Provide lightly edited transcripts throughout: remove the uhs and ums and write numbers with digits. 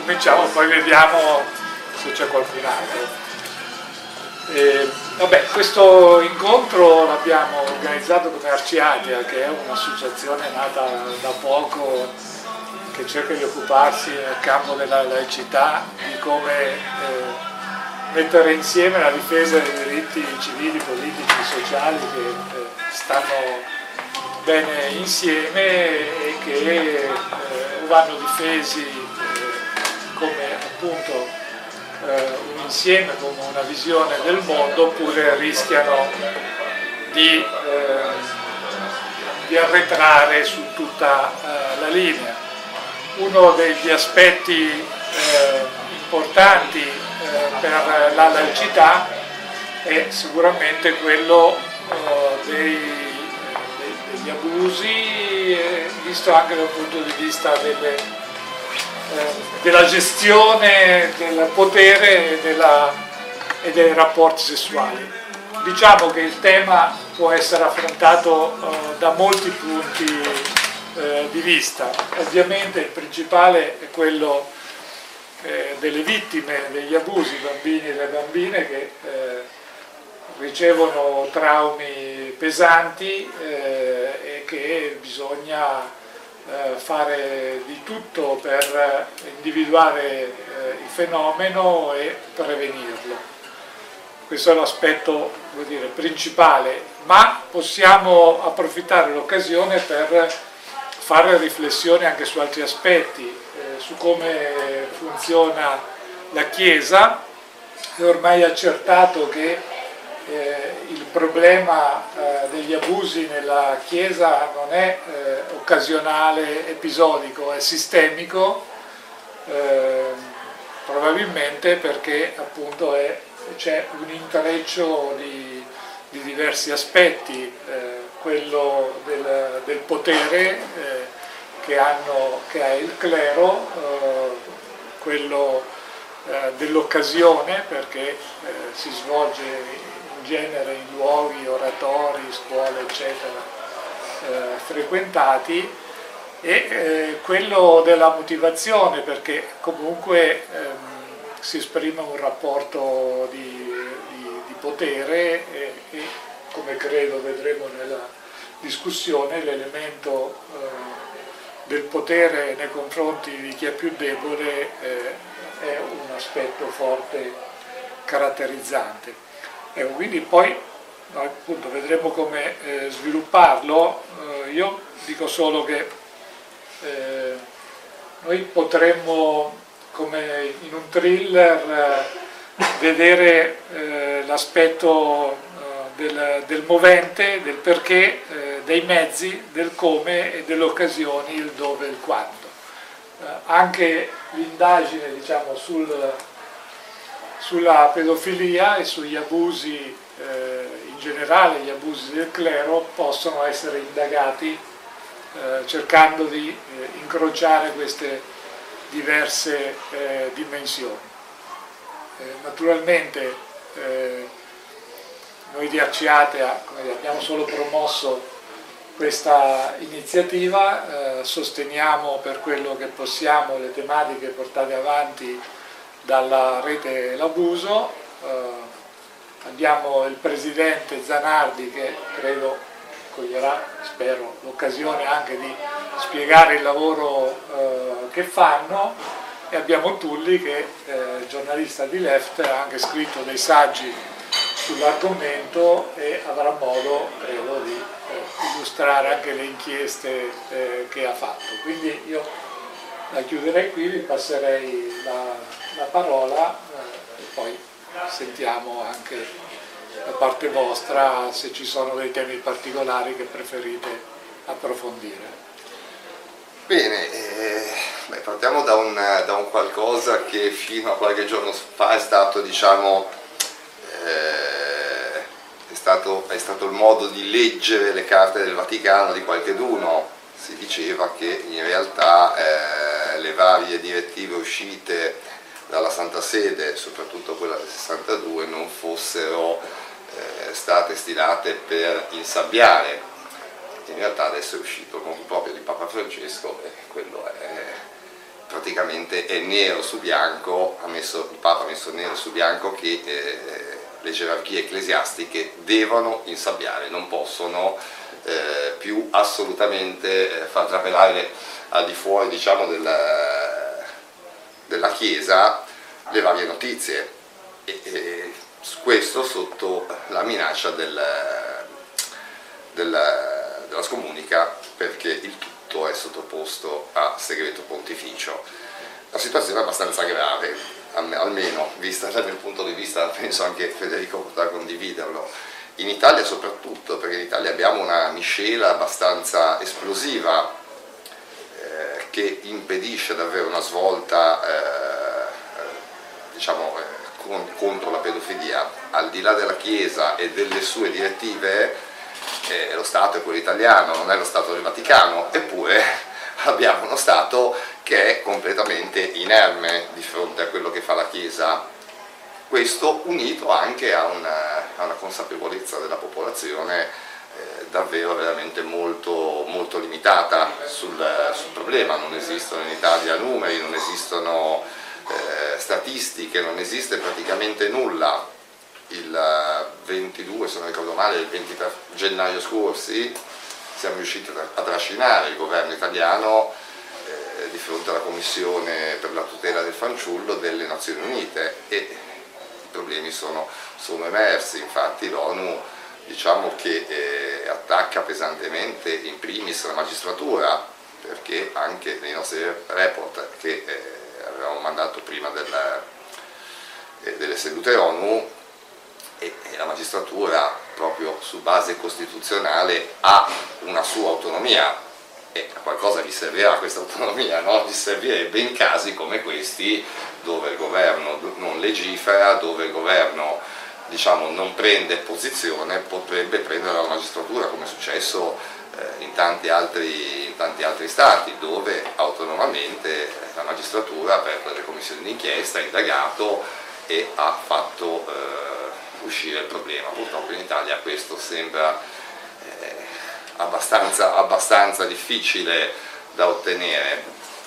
cominciamo, poi vediamo se c'è qualcun altro. Vabbè, questo incontro l'abbiamo organizzato come Arciadia, che è un'associazione nata da poco, che cerca di occuparsi nel campo della laicità, di come mettere insieme la difesa dei diritti civili, politici, sociali che stanno bene insieme e che vanno difesi come appunto un insieme, come una visione del mondo, oppure rischiano di arretrare su tutta la linea. Uno degli aspetti importanti per la laicità è sicuramente quello degli abusi, visto anche dal punto di vista della gestione del potere e dei rapporti sessuali. Diciamo che il tema può essere affrontato da molti punti di vista. Ovviamente il principale è quello delle vittime degli abusi, bambini e le bambine che ricevono traumi pesanti e che bisogna fare di tutto per individuare il fenomeno e prevenirlo. Questo è l'aspetto, vuol dire, principale, ma possiamo approfittare dell'occasione per fare riflessioni anche su altri aspetti, su come funziona la Chiesa. È ormai accertato che il problema degli abusi nella Chiesa non è occasionale, episodico, è sistemico, probabilmente perché appunto c'è un intreccio di diversi aspetti, quello del potere che ha il clero, quello dell'occasione, perché si svolge in genere in luoghi, oratori, scuole, eccetera, frequentati, e quello della motivazione, perché comunque si esprime un rapporto di potere e, come credo vedremo nella discussione, l'elemento del potere nei confronti di chi è più debole è un aspetto forte caratterizzante. Quindi poi appunto vedremo come svilupparlo. Io dico solo che noi potremmo, come in un thriller, vedere l'aspetto del movente, del perché, dei mezzi, del come e delle occasioni, il dove e il quando. Anche l'indagine, diciamo, sulla pedofilia e sugli abusi in generale, gli abusi del clero, possono essere indagati cercando di incrociare queste diverse dimensioni. Naturalmente noi di Arciatea abbiamo solo promosso questa iniziativa, sosteniamo per quello che possiamo le tematiche portate avanti dalla rete L'abuso. Abbiamo il presidente Zanardi che credo coglierà, spero, l'occasione anche di spiegare il lavoro che fanno, e abbiamo Tulli che giornalista di Left, ha anche scritto dei saggi sull'argomento e avrà modo, credo, di illustrare anche le inchieste che ha fatto. Quindi io la chiuderei qui, vi passerei la parola e poi sentiamo anche da parte vostra se ci sono dei temi particolari che preferite approfondire. Bene, partiamo da un qualcosa che fino a qualche giorno fa è stato, diciamo, è stato il modo di leggere le carte del Vaticano di qualcheduno. Si diceva che in realtà le varie direttive uscite dalla Santa Sede, soprattutto quella del 62, non fossero state stilate per insabbiare. In realtà adesso è uscito il nome proprio di Papa Francesco e quello praticamente è nero su bianco, il Papa ha messo nero su bianco che le gerarchie ecclesiastiche devono insabbiare, non possono più assolutamente far trapelare al di fuori, diciamo, della Chiesa le varie notizie, e questo sotto la minaccia della scomunica, perché il tutto è sottoposto a segreto pontificio. La situazione è abbastanza grave, almeno vista dal mio punto di vista, penso anche Federico potrà condividerlo. In Italia soprattutto, perché in Italia abbiamo una miscela abbastanza esplosiva che impedisce davvero una svolta diciamo, contro la pedofilia. Al di là della Chiesa e delle sue direttive, lo Stato è quello italiano, non è lo Stato del Vaticano, eppure abbiamo uno Stato che è completamente inerme di fronte a quello che fa la Chiesa. Questo unito anche a una consapevolezza della popolazione davvero veramente molto, molto limitata sul problema. Non esistono in Italia numeri, non esistono statistiche, non esiste praticamente nulla. Il 22, se non ricordo male, il 23 gennaio scorsi siamo riusciti a trascinare il governo italiano di fronte alla Commissione per la tutela del fanciullo delle Nazioni Unite, e i problemi sono emersi. Infatti l'ONU, diciamo che attacca pesantemente in primis la magistratura, perché anche nei nostri report che avevamo mandato prima delle sedute ONU, e la magistratura proprio su base costituzionale ha una sua autonomia, e a qualcosa vi servirà questa autonomia, no? Vi servirebbe in casi come questi, dove il governo non legifera, dove il governo, diciamo, non prende posizione, potrebbe prendere la magistratura, come è successo in tanti altri stati, dove autonomamente la magistratura per le commissioni d'inchiesta ha indagato e ha fatto uscire il problema. Purtroppo in Italia questo sembra abbastanza difficile da ottenere.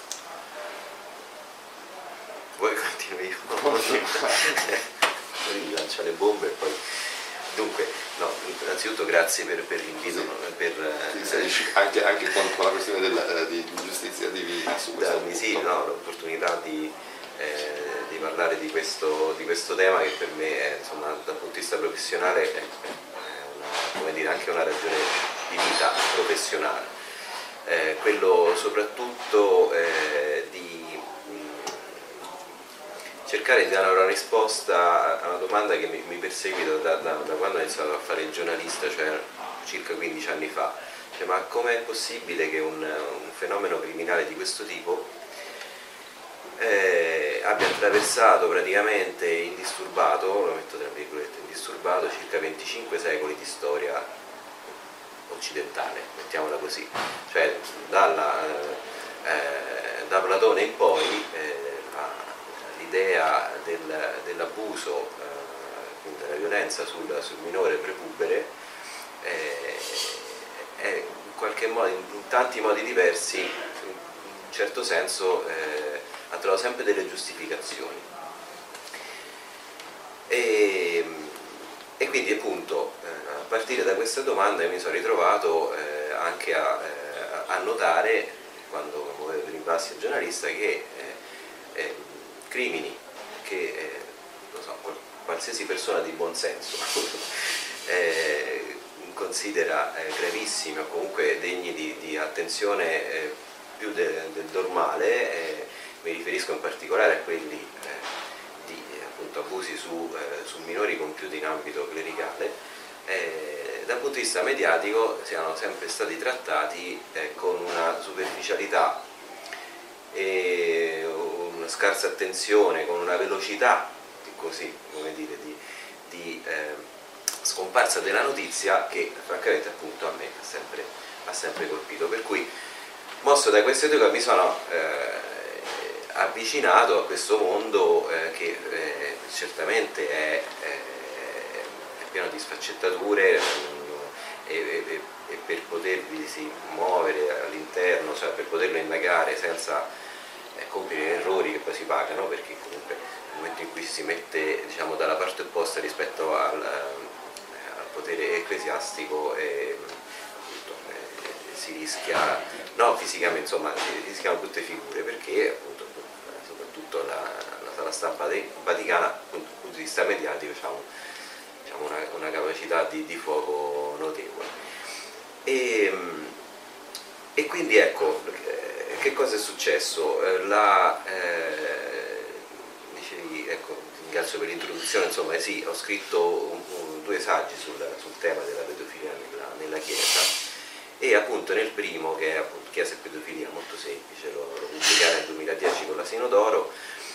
Vuoi continui io? Poi lancia le bombe e poi... Dunque, no, innanzitutto grazie per l'invito. Anche con la questione di giustizia divina su questo punto. Sì, no, l'opportunità di parlare di questo tema, che per me è, insomma, dal punto di vista professionale è come dire, anche una ragione di vita professionale. Quello soprattutto di cercare di dare una risposta a una domanda che mi perseguita da quando ho iniziato a fare il giornalista, cioè circa 15 anni fa. Cioè, ma com'è possibile che un fenomeno criminale di questo tipo abbia attraversato praticamente indisturbato, lo metto tra virgolette, indisturbato, circa 25 secoli di storia occidentale, mettiamola così. Cioè da Platone in poi l'idea dell'abuso, quindi della violenza sul minore prepubere, è in qualche modo, in tanti modi diversi, in un certo senso ha trovato sempre delle giustificazioni. E quindi appunto a partire da questa domanda mi sono ritrovato anche a notare, quando muovevo per i passi al giornalista, che crimini che non so, qualsiasi persona di buon senso considera gravissimi, o comunque degni di attenzione più del normale, mi riferisco in particolare a quelli di appunto abusi su minori compiuti in ambito clericale, dal punto di vista mediatico siano sempre stati trattati con una superficialità e una scarsa attenzione, con una velocità così, come dire, di scomparsa della notizia, che francamente appunto a me ha sempre colpito. Per cui, mosso da queste due cose, mi sono avvicinato a questo mondo che certamente è pieno di sfaccettature, e per potervi muovere all'interno, cioè per poterlo indagare senza compiere errori che poi si pagano, perché comunque nel momento in cui si mette, diciamo, dalla parte opposta rispetto al potere ecclesiastico, appunto, si rischia, no fisicamente, insomma, si rischiano tutte figure, perché appunto soprattutto la stampa vaticana, dal punto di vista mediatico, diciamo, una capacità di fuoco notevole. E quindi ecco, che cosa è successo? Dicevi, ecco, ringrazio per l'introduzione, insomma, sì, ho scritto due saggi sul tema della pedofilia nella Chiesa, e appunto nel primo, che è appunto Chiesa e pedofilia, molto semplice, lo pubblicai nel 2010 con l'Asino d'Oro,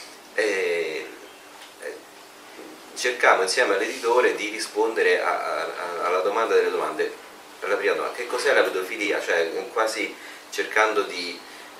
cercavo insieme all'editore di rispondere alla domanda delle domande. Per la prima domanda, che cos'è la pedofilia? Cioè quasi cercando di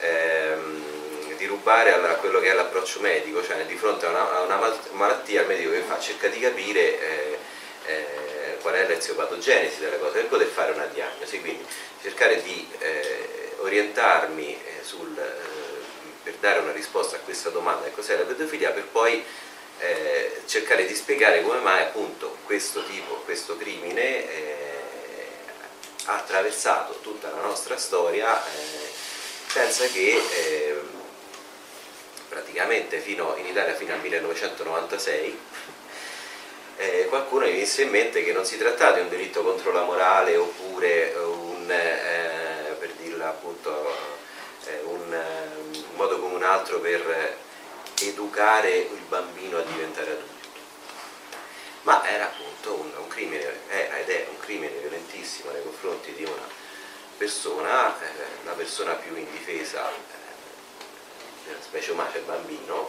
rubare a quello che è l'approccio medico, cioè di fronte a una malattia il medico che fa? Cerca di capire qual è l'eziopatogenesi della cosa per poter fare una diagnosi, quindi cercare di orientarmi per dare una risposta a questa domanda, che cos'è la pedofilia, per poi cercare di spiegare come mai appunto questo crimine ha attraversato tutta la nostra storia, senza che praticamente in Italia fino al 1996 qualcuno gli venisse in mente che non si trattava di un delitto contro la morale, oppure per dirla appunto un modo come un altro per educare il bambino a diventare adulto, ma era appunto un crimine, ed è un crimine violentissimo nei confronti di una persona, la persona più indifesa della specie umana, il bambino,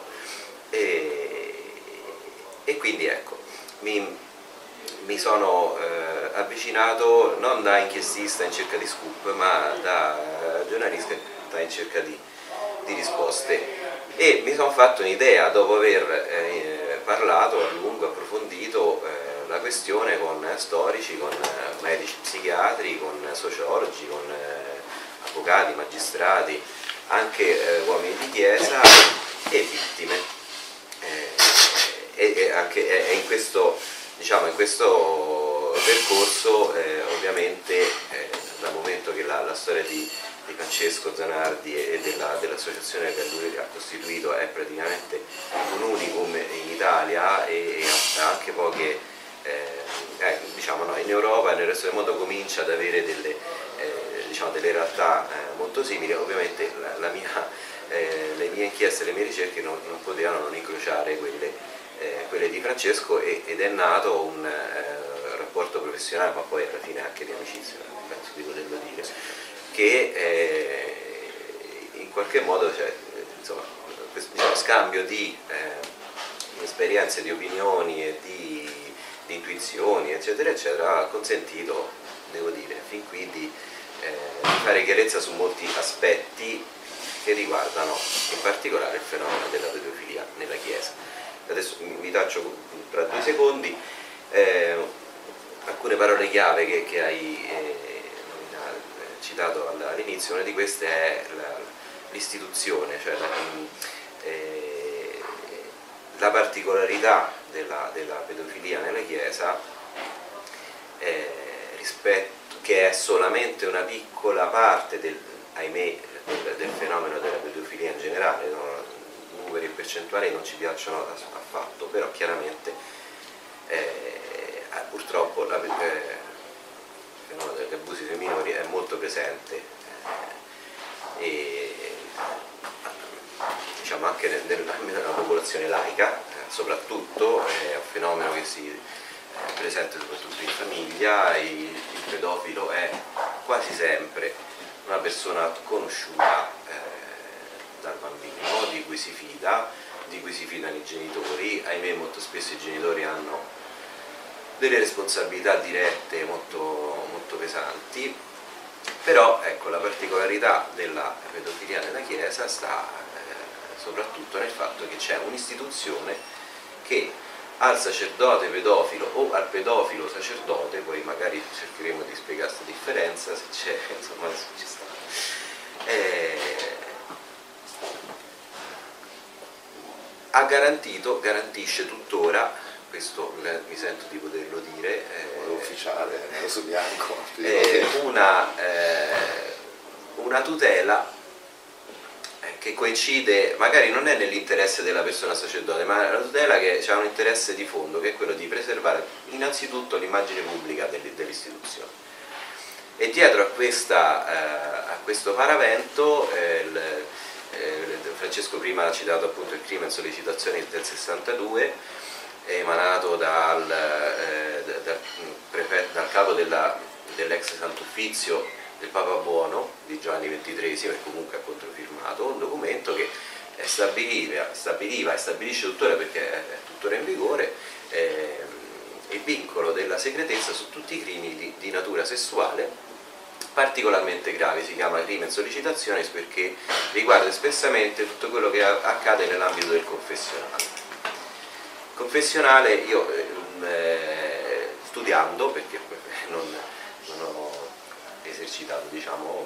e quindi ecco, mi sono avvicinato non da inchiestista in cerca di scoop, ma da giornalista in cerca di risposte, e mi sono fatto un'idea dopo aver parlato a lungo, approfondito la questione con storici, con medici psichiatri, con sociologi, con avvocati, magistrati, anche uomini di chiesa e vittime, e anche in questo, diciamo, in questo percorso ovviamente dal momento che la storia di Francesco Zanardi e dell'associazione che lui ha costituito è praticamente un unicum in Italia, e anche poche, diciamo, no, in Europa e nel resto del mondo comincia ad avere delle realtà molto simili. Ovviamente le mie inchieste, le mie ricerche non potevano non incrociare quelle di Francesco, ed è nato un rapporto professionale, ma poi alla fine anche di amicizia, penso di poterlo dire, che in qualche modo, cioè, insomma, questo scambio di esperienze, di opinioni e di intuizioni, eccetera eccetera, ha consentito, devo dire, fin qui di fare chiarezza su molti aspetti che riguardano in particolare il fenomeno della pedofilia nella Chiesa. Adesso vi taccio tra 2 secondi alcune parole chiave che hai citato all'inizio. Una di queste è l'istituzione, cioè la particolarità della pedofilia nella Chiesa, che è solamente una piccola parte ahimè, del fenomeno della pedofilia in generale. No? Numeri e percentuali non ci piacciono affatto, però chiaramente purtroppo il fenomeno degli abusi sui minori è molto presente, e diciamo anche nella popolazione laica, soprattutto è un fenomeno che si presente soprattutto in famiglia. Il pedofilo è quasi sempre una persona conosciuta dal bambino, di cui si fidano i genitori. Ahimè, molto spesso i genitori hanno delle responsabilità dirette molto, molto pesanti, però ecco, la particolarità della pedofilia nella Chiesa sta soprattutto nel fatto che c'è un'istituzione che al sacerdote pedofilo o al pedofilo sacerdote, poi magari cercheremo di spiegare questa differenza, se c'è, insomma, se ci sta, ha garantito, garantisce tuttora, questo mi sento di poterlo dire, ufficiale, nero su bianco, una tutela che coincide, magari non è nell'interesse della persona sacerdote, ma è una tutela che ha un interesse di fondo, che è quello di preservare innanzitutto l'immagine pubblica dell'istituzione. E dietro a questo paravento, Francesco prima ha citato appunto il crimine sollecitazione del 62, emanato dal capo dell'ex Sant'Uffizio del Papa Buono di Giovanni XXIII, e comunque ha controfirmato un documento che stabiliva e stabilisce tuttora, perché è tuttora in vigore, il vincolo della segretezza su tutti i crimini di natura sessuale particolarmente gravi. Si chiama crimine sollecitazione perché riguarda espressamente tutto quello che accade nell'ambito del confessionale. Confessionale, io studiando, perché non ho esercitato, diciamo,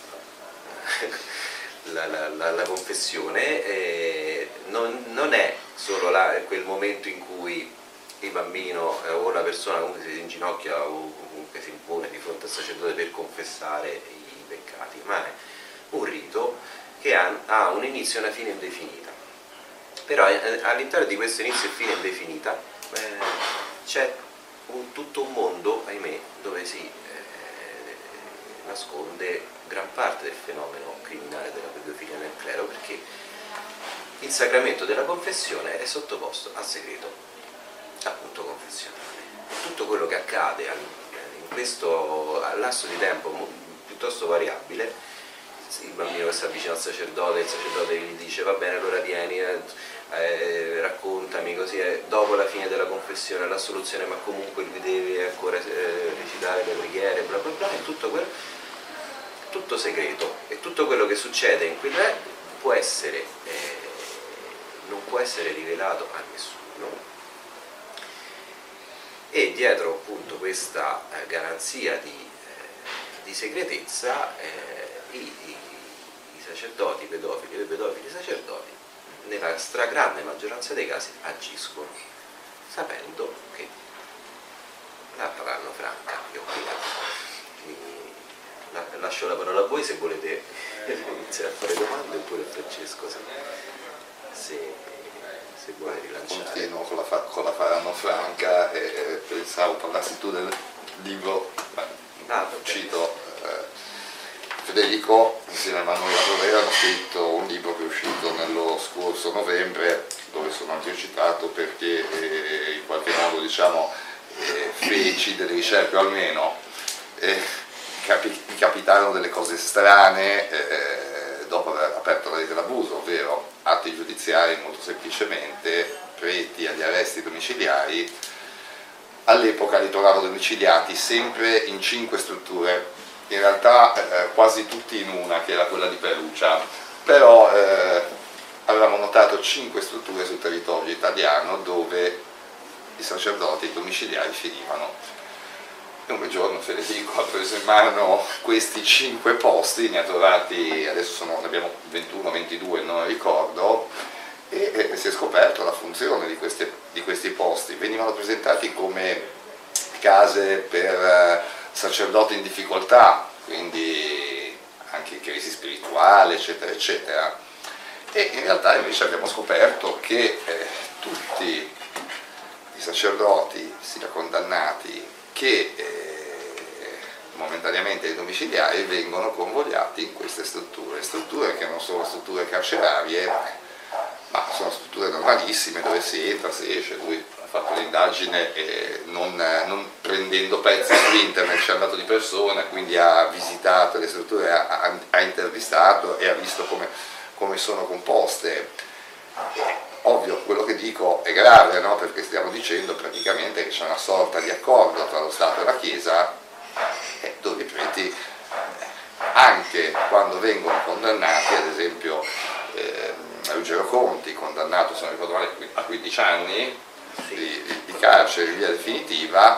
la confessione, non è solo quel momento in cui il bambino o la persona comunque si inginocchia o comunque si impone di fronte al sacerdote per confessare i peccati, ma è un rito che ha un inizio e una fine indefinita. Però all'interno di questo inizio e fine indefinita c'è tutto un mondo, ahimè, dove si nasconde gran parte del fenomeno criminale della pedofilia nel clero, perché il sacramento della confessione è sottoposto al segreto, appunto, confessionale. Tutto quello che accade in questo lasso di tempo piuttosto variabile, il bambino che si avvicina al sacerdote, il sacerdote gli dice va bene, allora vieni, raccontami, così dopo la fine della confessione, l'assoluzione, ma comunque lui deve ancora recitare le preghiere, bla bla bla, e tutto segreto, e tutto quello che succede in quel non può essere rivelato a nessuno. E dietro appunto questa garanzia di segretezza, i sacerdoti pedofili e le pedofili sacerdoti nella stragrande maggioranza dei casi agiscono sapendo che la faranno franca. Io lascio la parola a voi se volete iniziare a fare domande, oppure a Francesco se vuole rilanciare. Continuo con la faranno franca, e pensavo parlassi tu del libro, cito Federico insieme a Manuela Torre hanno scritto un libro che è uscito nello scorso novembre, dove sono anche io citato perché in qualche modo, diciamo, feci delle ricerche, o almeno mi capitarono delle cose strane dopo aver aperto la rete dell'abuso, ovvero atti giudiziari molto semplicemente preti agli arresti domiciliari. All'epoca li trovavo domiciliati sempre in 5 strutture, in realtà quasi tutti in una, che era quella di Perugia, però avevamo notato 5 strutture sul territorio italiano dove i sacerdoti domiciliari finivano. E un bel giorno Federico ha preso in mano questi 5 posti, ne ha trovati, adesso ne abbiamo 21, 22, non ricordo, e si è scoperto la funzione di questi posti. Venivano presentati come case per sacerdoti in difficoltà, quindi anche in crisi spirituale, eccetera, eccetera. E in realtà invece abbiamo scoperto che tutti i sacerdoti, sia condannati che momentaneamente ai domiciliari, vengono convogliati in queste strutture che non sono strutture carcerarie, ma sono strutture normalissime dove si entra, si esce. Lui ha fatto l'indagine non prendendo pezzi su internet, ci è andato di persona, quindi ha visitato le strutture, ha intervistato e ha visto come sono composte. Ovvio, quello che dico è grave, no? Perché stiamo dicendo praticamente che c'è una sorta di accordo tra lo Stato e la Chiesa, dove i preti, anche quando vengono condannati, ad esempio Ruggero Conti, condannato, se non ricordo male, a 15 anni di carcere in via definitiva,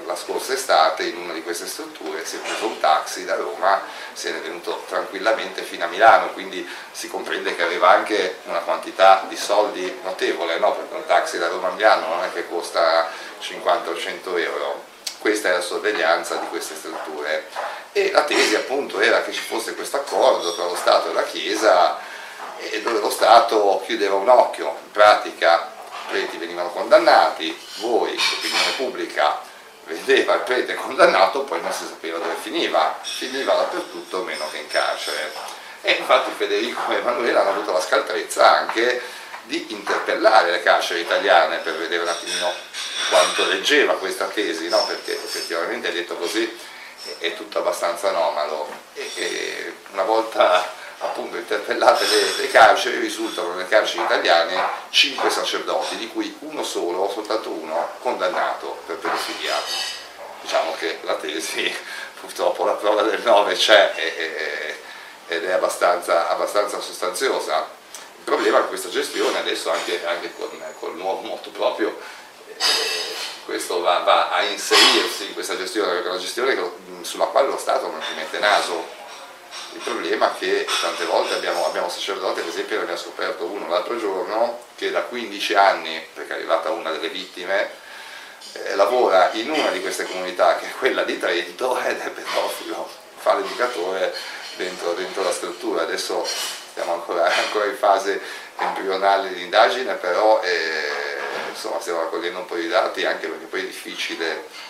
la scorsa estate in una di queste strutture, si è preso un taxi da Roma, se ne è venuto tranquillamente fino a Milano, quindi si comprende che aveva anche una quantità di soldi notevole, no? Perché un taxi da Roma a Milano non è che costa 50 o 100 euro. Questa è la sorveglianza di queste strutture, e la tesi appunto era che ci fosse questo accordo tra lo Stato e la Chiesa, e dove lo Stato chiudeva un occhio, in pratica i preti venivano condannati, voi, l'opinione pubblica, vedeva il prete condannato, poi non si sapeva dove finiva dappertutto meno che in carcere. E infatti Federico e Emanuele hanno avuto la scaltrezza anche di interpellare le carceri italiane per vedere un attimino quanto reggeva questa tesi, no? Perché effettivamente detto così è tutto abbastanza anomalo, e una volta appunto interpellate le carceri, risultano nelle carceri italiane 5 sacerdoti, di cui uno solo, soltanto uno, condannato per pedofilia. Diciamo che la tesi, purtroppo la prova del 9 c'è, ed è abbastanza sostanziosa. Il problema è questa gestione adesso anche col nuovo motto proprio, questo va a inserirsi in questa gestione, perché è una gestione sulla quale lo Stato non ci mette naso. Il problema è che tante volte abbiamo sacerdoti, ad esempio ne abbiamo scoperto uno l'altro giorno, che da 15 anni, perché è arrivata una delle vittime, lavora in una di queste comunità, che è quella di Trento, ed è pedofilo, fa l'educatore dentro la struttura. Adesso siamo ancora in fase embrionale di indagine, però insomma stiamo raccogliendo un po' di dati, anche perché poi è difficile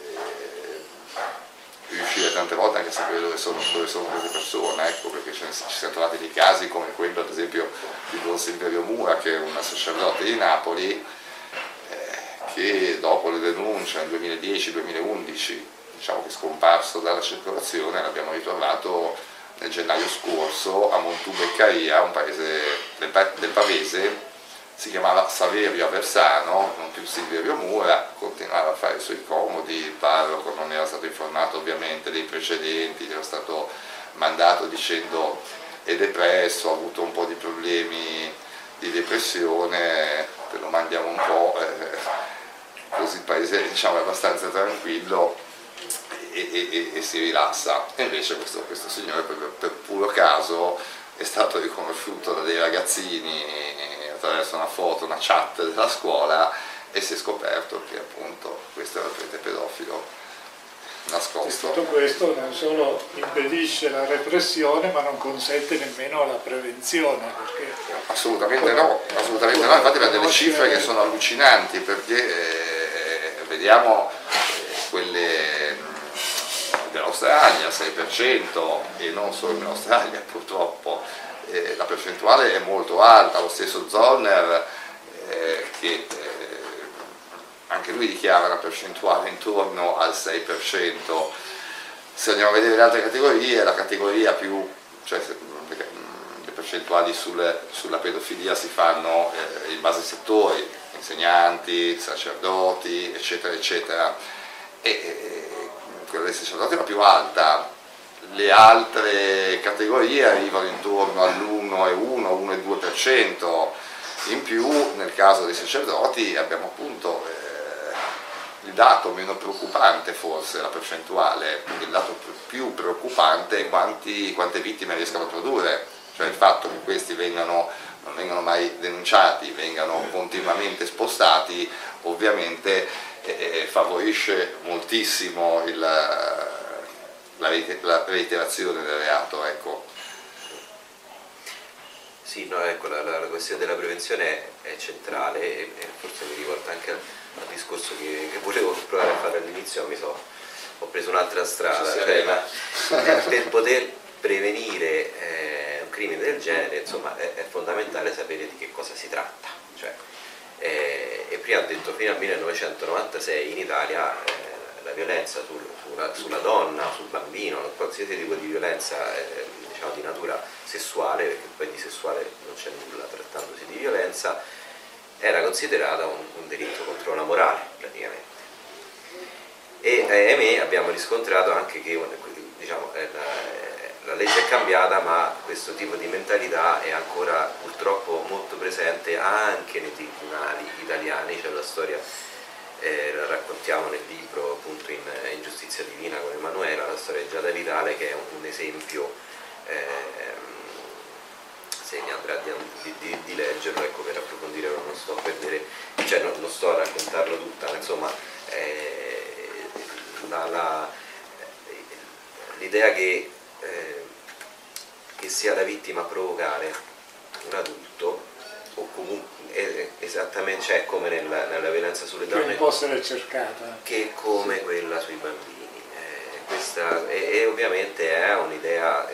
riuscire tante volte anche a sapere dove sono queste persone, ecco, perché ci siamo trovati dei casi come quello ad esempio di Don Silverio Mura, che è un sacerdote di Napoli, che dopo le denunce nel 2010-2011, diciamo che è scomparso dalla circolazione, l'abbiamo ritrovato nel gennaio scorso a Montubeccaria, un paese del Pavese. Si chiamava Saverio Aversano, non più Silverio Mura, continuava a fare i suoi comodi, il parroco non era stato informato ovviamente dei precedenti, era stato mandato dicendo è depresso, ha avuto un po' di problemi di depressione, te lo mandiamo un po', così il paese diciamo è abbastanza tranquillo e si rilassa. E invece questo signore per puro caso è stato riconosciuto da dei ragazzini attraverso una foto, una chat della scuola, e si è scoperto che appunto questo era il prete pedofilo nascosto. Tutto questo non solo impedisce la repressione, ma non consente nemmeno la prevenzione. Perché assolutamente no, infatti abbiamo delle cifre che sono allucinanti, perché vediamo quelle dell'Australia, 6%, e non solo in Australia purtroppo, la percentuale è molto alta. Lo stesso Zollner, che anche lui dichiara una percentuale intorno al 6%. Se andiamo a vedere le altre categorie, la categoria più, cioè le percentuali sulla pedofilia si fanno in base ai settori, insegnanti, sacerdoti, eccetera eccetera, e quella dei sacerdoti è la più alta. Le altre categorie arrivano intorno all'1,1-1,2%. In più nel caso dei sacerdoti abbiamo appunto il dato meno preoccupante, forse la percentuale, il dato più preoccupante è quante vittime riescono a produrre, cioè il fatto che questi non vengano mai denunciati, vengano continuamente spostati, ovviamente favorisce moltissimo la reiterazione del reato, ecco. Sì, no, ecco, la questione della prevenzione è centrale, e forse mi riporta anche al discorso che volevo provare a fare all'inizio, ho preso un'altra strada, cioè, per poter prevenire un crimine del genere, insomma, è fondamentale sapere di che cosa si tratta. Cioè, e prima ho detto, fino al 1996 in Italia la violenza sulla donna, sul bambino, qualsiasi tipo di violenza diciamo di natura sessuale, perché poi di sessuale non c'è nulla trattandosi di violenza, era considerata un delitto contro la morale praticamente. E ahimè abbiamo riscontrato anche che diciamo, la legge è cambiata, ma questo tipo di mentalità è ancora purtroppo molto presente anche nei tribunali italiani. C'è la storia raccontiamo nel libro, appunto in Giustizia Divina con Emanuela, la storia di Giada Vitale, che è un esempio, se ne andrà di leggerlo, ecco, per approfondire, non sto a perdere, cioè non sto a raccontarlo tutta, ma insomma l'idea che sia la vittima a provocare un adulto, o comunque esattamente, cioè come nella violenza sulle donne, che può essere cercata, che come quella sui bambini. Questa ovviamente è un'idea,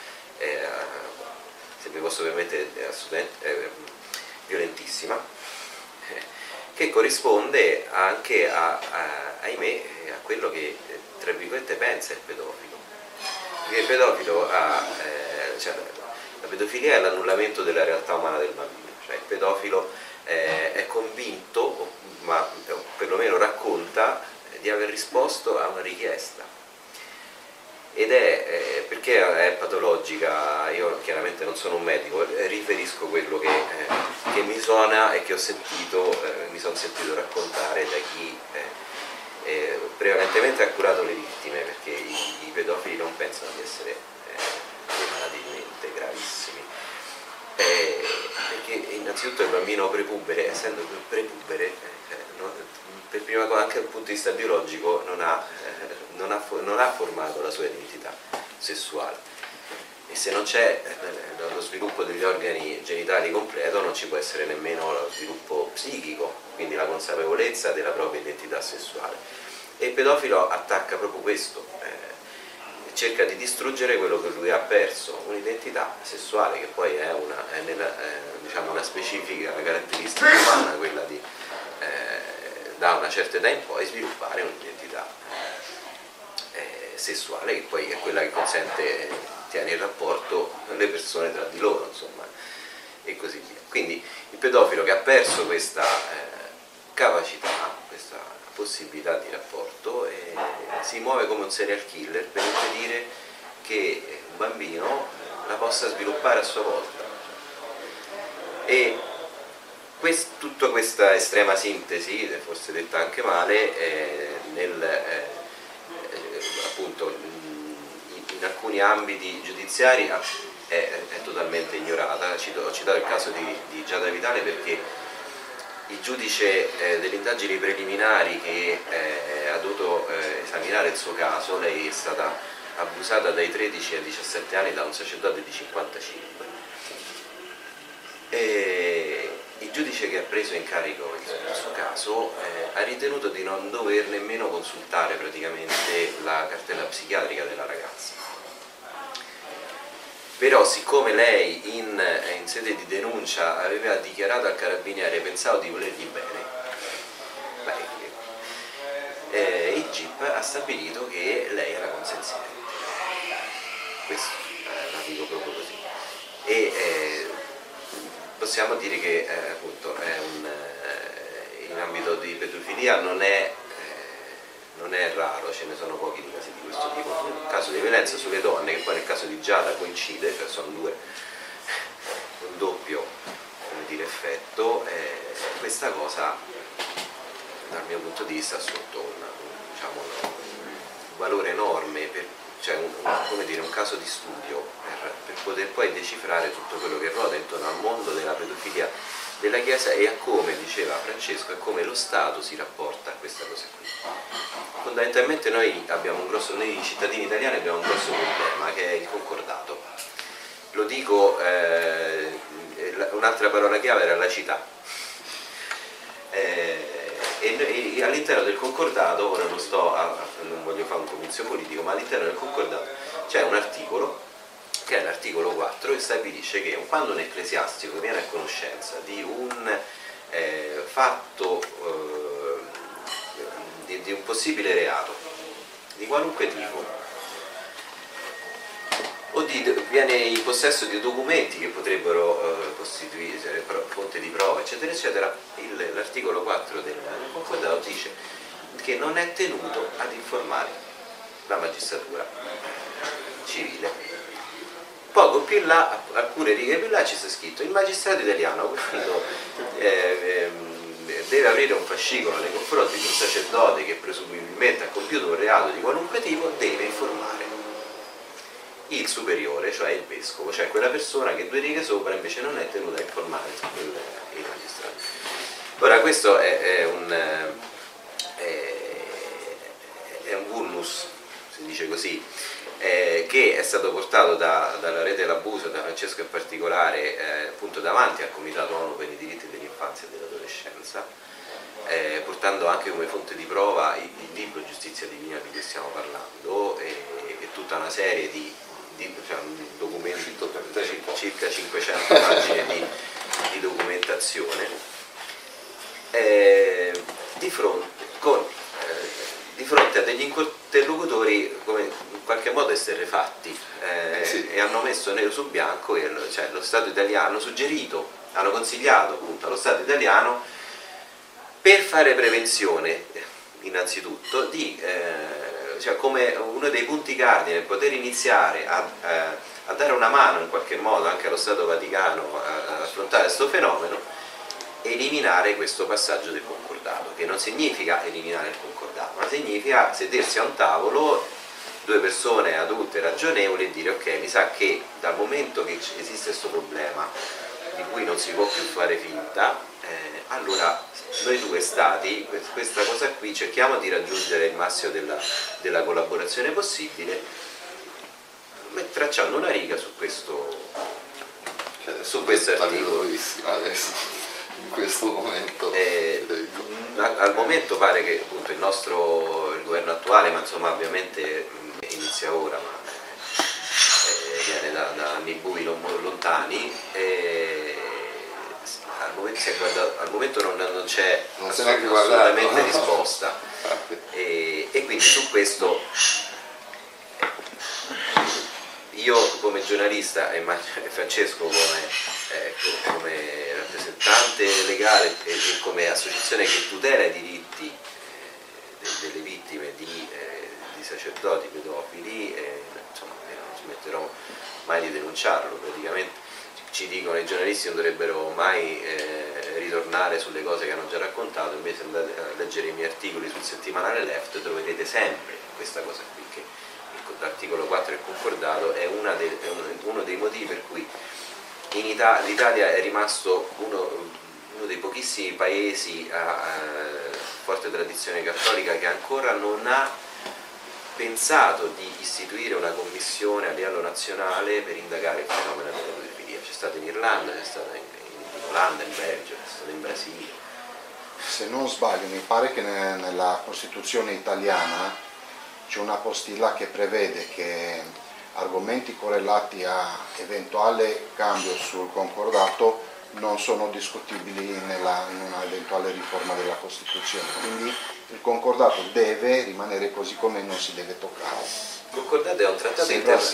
se mi posso permettere, assolutamente violentissima, che corrisponde anche ahimè, a quello che tra virgolette pensa il pedofilo. Perché il pedofilo cioè, la pedofilia è l'annullamento della realtà umana del bambino, cioè il pedofilo è convinto, ma perlomeno racconta, di aver risposto a una richiesta, ed è perché è patologica. Io chiaramente non sono un medico, riferisco quello che mi suona e che ho sentito, mi sono sentito raccontare da chi prevalentemente ha curato le vittime, perché i pedofili non pensano di essere dei malati di mente gravissimi, perché innanzitutto il bambino prepubere, essendo prepubere, per prima cosa, anche dal punto di vista biologico, non ha formato la sua identità sessuale, e se non c'è lo sviluppo degli organi genitali completo, non ci può essere nemmeno lo sviluppo psichico, quindi la consapevolezza della propria identità sessuale. E il pedofilo attacca proprio questo, cerca di distruggere quello che lui ha perso, un'identità sessuale che poi è diciamo una specifica caratteristica umana, quella di da una certa età in poi sviluppare un'identità sessuale, che poi è quella che tiene il rapporto le persone tra di loro, insomma, e così via. Quindi il pedofilo che ha perso questa capacità, questa possibilità di rapporto, si muove come un serial killer per impedire che un bambino la possa sviluppare a sua volta. E tutta questa estrema sintesi, forse detta anche male, appunto in alcuni ambiti giudiziari è totalmente ignorata. Ho citato il caso di Giada Vitale perché il giudice delle indagini preliminari che ha dovuto esaminare il suo caso, lei è stata abusata dai 13 ai 17 anni da un sacerdote di 55. Il giudice che ha preso in carico il suo caso ha ritenuto di non dover nemmeno consultare praticamente la cartella psichiatrica della ragazza. Però siccome lei in sede di denuncia aveva dichiarato al carabiniere pensavo di volergli bene, il GIP ha stabilito che lei era consenziente. Questo la dico proprio così. E possiamo dire che appunto in ambito di pedofilia non è raro, ce ne sono pochi di casi di questo tipo. Un caso di violenza sulle donne, che poi nel caso di Giada coincide, cioè sono un doppio, come dire, effetto, questa cosa dal mio punto di vista ha sotto un valore enorme, cioè un caso di studio per poter poi decifrare tutto quello che ruota intorno al mondo della pedofilia della Chiesa e a come, diceva Francesco, e come lo Stato si rapporta a questa cosa qui. Fondamentalmente noi cittadini italiani abbiamo un grosso problema, che è il concordato. Lo dico, un'altra parola chiave era laicità. E all'interno del concordato, ora non voglio fare un comizio politico, ma all'interno del concordato c'è un articolo, che è l'articolo 4, che stabilisce che quando un ecclesiastico viene a conoscenza di un fatto, di un possibile reato, di qualunque tipo, o viene in possesso di documenti che potrebbero costituire fonte di prova, eccetera, eccetera, l'articolo 4 del concordato dice che non è tenuto ad informare la magistratura civile. Poco più in là, alcune righe più in là, ci sta scritto: il magistrato italiano, quando deve aprire un fascicolo nei confronti di un sacerdote che presumibilmente ha compiuto un reato di qualunque tipo, deve informare il superiore, cioè il vescovo, cioè quella persona che 2 righe sopra invece non è tenuta a informare il magistrato. Ora questo è un vulnus, si dice così, che è stato portato dalla rete dell'abuso, da Francesco in particolare, appunto davanti al Comitato ONU per i diritti dell'infanzia e dell'adolescenza, portando anche come fonte di prova il libro Giustizia Divina di cui stiamo parlando e tutta una serie di cioè un documento, circa 500 pagine di documentazione, di fronte a degli interlocutori come in qualche modo esterrefatti, sì. e hanno messo nero su bianco, cioè lo Stato italiano, hanno consigliato appunto allo Stato italiano, per fare prevenzione innanzitutto, cioè come uno dei punti cardine per poter iniziare a dare una mano in qualche modo anche allo Stato Vaticano ad affrontare questo fenomeno, eliminare questo passaggio del concordato, che non significa eliminare il concordato, ma significa sedersi a un tavolo 2 persone adulte ragionevoli e dire ok, mi sa che dal momento che esiste questo problema di cui non si può più fare finta, allora noi 2 stati, questa cosa qui, cerchiamo di raggiungere il massimo della collaborazione possibile, tracciando una riga su questo, su questo articolo. Adesso, in questo momento. Al momento pare che appunto il governo attuale, ma insomma ovviamente inizia ora, ma viene da anni bui non lontani, al momento non c'è assolutamente risposta, e quindi su questo io come giornalista e Francesco come rappresentante legale e come associazione che tutela i diritti delle vittime di sacerdoti pedofili, insomma, non smetterò mai di denunciarlo. Praticamente ci dicono i giornalisti non dovrebbero mai ritornare sulle cose che hanno già raccontato, invece andate a leggere i miei articoli sul settimanale Left, troverete sempre questa cosa qui, che l'articolo 4 del concordato è uno dei motivi per cui l'Italia è rimasto uno dei pochissimi paesi a forte tradizione cattolica che ancora non ha pensato di istituire una commissione a livello nazionale per indagare il fenomeno della pedofilia. C'è stato in Irlanda, c'è stato in Olanda, in Belgio, c'è stato in Brasile. Se non sbaglio, mi pare che nella Costituzione italiana c'è una postilla che prevede che argomenti correlati a eventuale cambio sul concordato non sono discutibili in una eventuale riforma della Costituzione, quindi il concordato deve rimanere così com'è, non si deve toccare. Il concordato è un trattato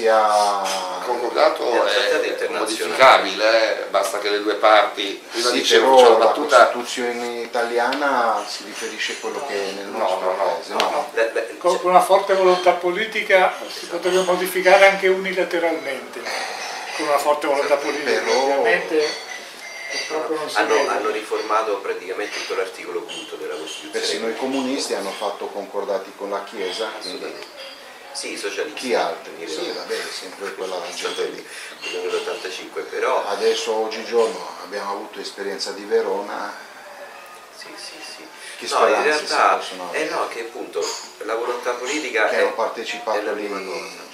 Il concordato è modificabile, basta che le 2 parti, prima sì, dicevo, però c'è una la battuta. Costituzione italiana si riferisce a quello che è nel nostro paese. No. Con una forte volontà politica si potrebbe modificare anche unilateralmente, con una forte volontà politica, però ovviamente purtroppo non si hanno riformato praticamente tutto l'articolo quinto della Costituzione. persino i comunisti hanno fatto concordati con la Chiesa, quindi sì, i socialisti. chi altri? Sì, vabbè, sempre quella gente lì. Nell'85, però Adesso oggigiorno abbiamo avuto esperienza di Verona. sì. Che No, in speranze si realtà possono avere? no, che appunto la volontà politica Che hanno partecipato è la lì, prima cosa.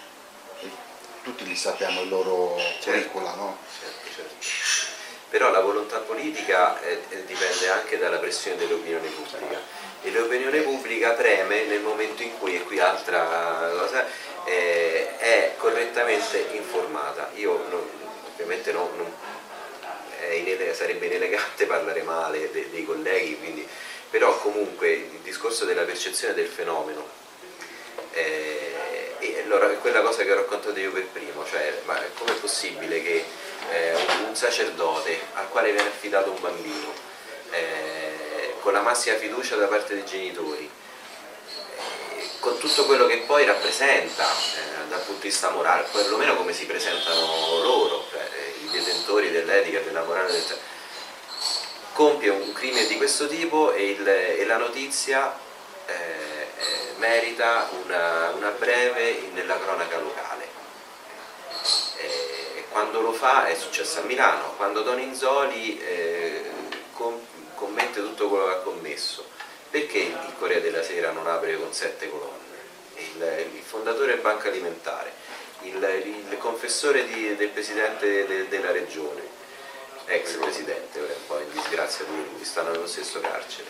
tutti li sappiamo il loro curricula, no? Certo. Però la volontà politica dipende anche dalla pressione dell'opinione pubblica, e l'opinione pubblica preme nel momento in cui, e qui altra cosa, è correttamente informata. Io ovviamente sarebbe inelegante parlare male dei colleghi, quindi, però comunque il discorso della percezione del fenomeno, e allora è quella cosa che ho raccontato io per primo, cioè ma com'è possibile che un sacerdote al quale viene affidato un bambino con la massima fiducia da parte dei genitori, con tutto quello che poi rappresenta dal punto di vista morale, perlomeno come si presentano loro, cioè, i detentori dell'etica, della morale, compie un crimine di questo tipo e la notizia merita una breve nella cronaca locale. Quando lo fa, è successo a Milano, quando Donizzoli commette tutto quello che ha commesso, perché il Corriere della Sera non apre con 7 colonne? Il fondatore del Banco Alimentare, il confessore del presidente della regione, ex presidente, ora è un po' in disgrazia lui, stanno nello stesso carcere,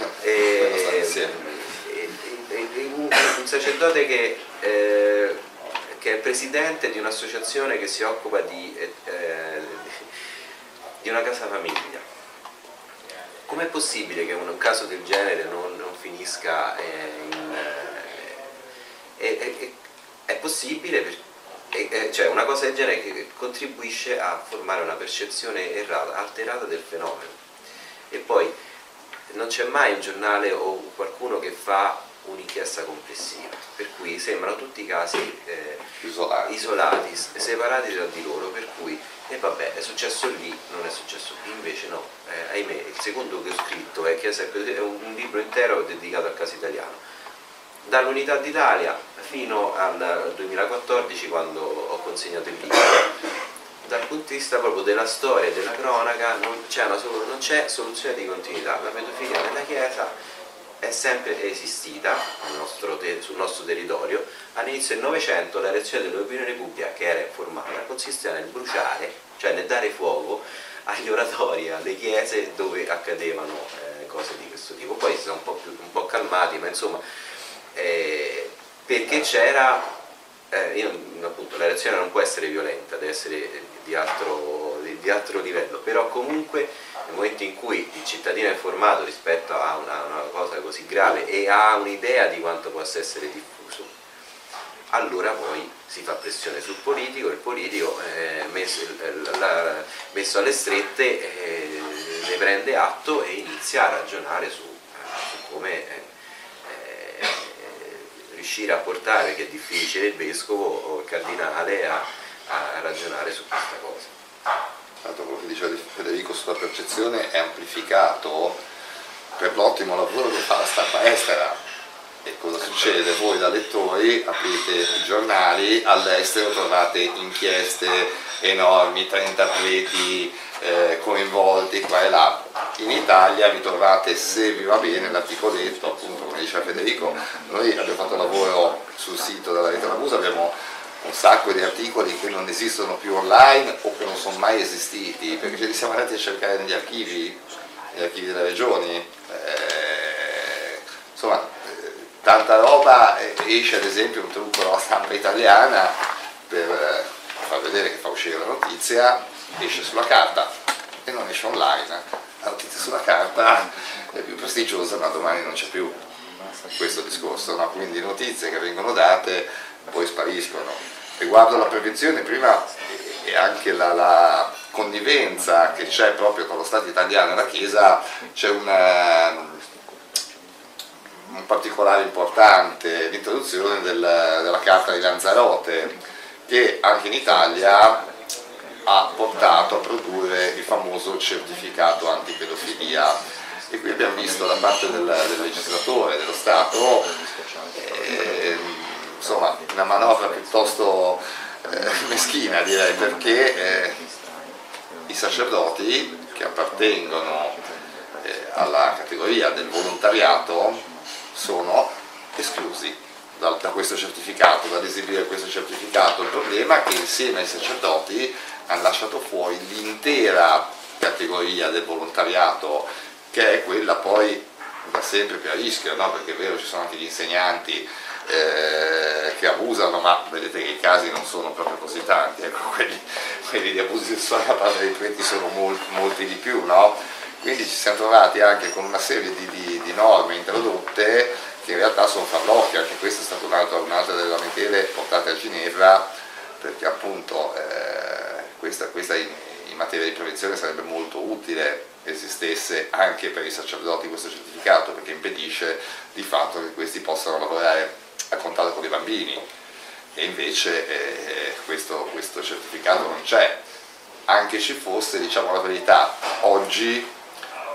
un sacerdote che è presidente di un'associazione che si occupa di una casa famiglia. Com'è possibile che un caso del genere non finisca è possibile cioè una cosa del genere che contribuisce a formare una percezione errata, alterata del fenomeno. E poi non c'è mai un giornale o qualcuno che fa un'inchiesta complessiva, per cui sembrano tutti casi isolati, separati tra di loro, per cui vabbè, è successo lì, non è successo qui, invece no, ahimè. Il secondo che ho scritto è un libro intero dedicato al caso italiano, dall'Unità d'Italia fino al 2014, quando ho consegnato il libro. Dal punto di vista proprio della storia e della cronaca non c'è soluzione di continuità. La pedofilia nella Chiesa è sempre esistita sul nostro territorio. All'inizio del Novecento la reazione dell'opinione pubblica, che era informata, consisteva nel bruciare, cioè nel dare fuoco agli oratori, alle chiese dove accadevano cose di questo tipo. Poi si sono un po' calmati, ma insomma, perché c'era appunto, la reazione non può essere violenta, deve essere di altro livello, però comunque nel momento in cui il cittadino è informato rispetto a una cosa così grave e ha un'idea di quanto possa essere diffuso, allora poi si fa pressione sul politico, il politico messo alle strette ne prende atto e inizia a ragionare su come riuscire a portare, che è difficile, il vescovo o il cardinale a ragionare su questa cosa. Tanto quello che diceva Federico sulla percezione è amplificato per l'ottimo lavoro che fa la stampa estera. E cosa succede? Voi da lettori aprite i giornali, all'estero trovate inchieste enormi, 30 atleti coinvolti qua e là. In Italia vi trovate, se vi va bene, l'articoletto, appunto come diceva Federico. Noi abbiamo fatto lavoro sul sito della Rete Ragusa, abbiamo un sacco di articoli che non esistono più online o che non sono mai esistiti, perché ce li siamo andati a cercare negli archivi delle regioni. Insomma, tanta roba. Esce ad esempio un trucco della stampa italiana per far vedere che fa uscire la notizia, esce sulla carta e non esce online. La notizia sulla carta è più prestigiosa, ma domani non c'è più, questo discorso, no? Quindi notizie che vengono date poi spariscono. Riguardo la prevenzione, prima e anche la connivenza che c'è proprio con lo Stato italiano e la Chiesa, c'è un particolare importante, l'introduzione della Carta di Lanzarote, che anche in Italia ha portato a produrre il famoso certificato antipedofilia. E qui abbiamo visto da parte del legislatore, dello Stato, insomma, una manovra piuttosto meschina, direi, perché i sacerdoti che appartengono alla categoria del volontariato sono esclusi da questo certificato, dall'esibire questo certificato. Il problema è che insieme ai sacerdoti hanno lasciato fuori l'intera categoria del volontariato, che è quella poi da sempre più a rischio, no? Perché è vero, ci sono anche gli insegnanti che abusano, ma vedete che i casi non sono proprio così tanti, ecco, quelli di abusi sessuali da parte dei preti sono molti di più, no? Quindi ci siamo trovati anche con una serie di norme introdotte che in realtà sono farlocchi. Anche questa è stata un'altra delle lamentele portate a Ginevra, perché appunto questa in materia di prevenzione sarebbe molto utile esistesse anche per i sacerdoti questo certificato, perché impedisce di fatto che questi possano lavorare a contatto con i bambini, e invece questo certificato non c'è. Anche ci fosse, diciamo la verità, oggi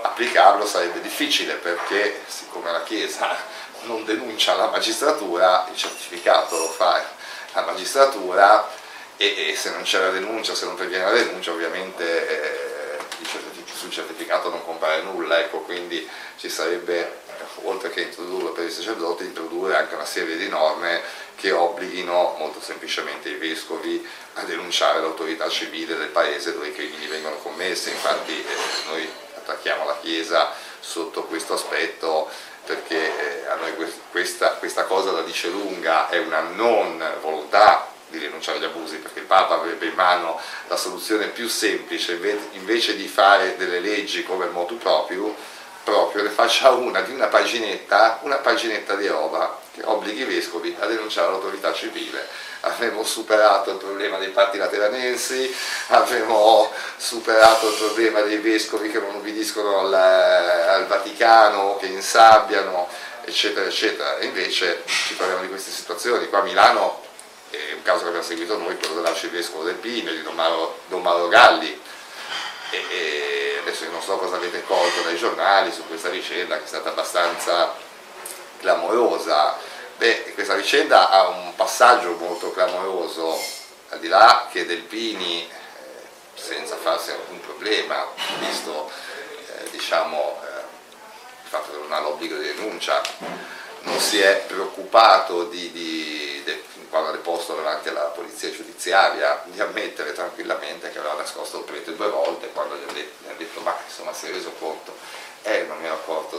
applicarlo sarebbe difficile, perché siccome la Chiesa non denuncia la magistratura, il certificato lo fa la magistratura, e se non c'è la denuncia, se non previene la denuncia, ovviamente sul certificato non compare nulla, ecco. Quindi ci sarebbe, oltre che introdurlo per i sacerdoti, introdurre anche una serie di norme che obblighino molto semplicemente i vescovi a denunciare l'autorità civile del paese dove i crimini vengono commessi. Infatti noi attacchiamo la Chiesa sotto questo aspetto, perché a noi questa cosa la dice lunga, è una non volontà di denunciare gli abusi, perché il Papa avrebbe in mano la soluzione più semplice, invece di fare delle leggi come il motu proprio ne faccia una paginetta di roba che obblighi i vescovi a denunciare l'autorità civile. Avremo superato il problema dei parti lateranensi, avremo superato il problema dei vescovi che non ubbidiscono al Vaticano, che insabbiano, eccetera eccetera, e invece ci parliamo di queste situazioni. Qua a Milano è un caso che abbiamo seguito noi, quello dell'arcivescovo del Pino, di Don Mauro Galli, e adesso io non so cosa avete colto dai giornali su questa vicenda, che è stata abbastanza clamorosa. Questa vicenda ha un passaggio molto clamoroso, al di là che Delpini, senza farsi alcun problema, visto il fatto che non ha l'obbligo di denuncia, non si è preoccupato quando ha deposto davanti alla polizia giudiziaria, di ammettere tranquillamente che aveva nascosto il prete 2 volte. Quando gli ha detto ma insomma si è reso conto, non mi ero accorto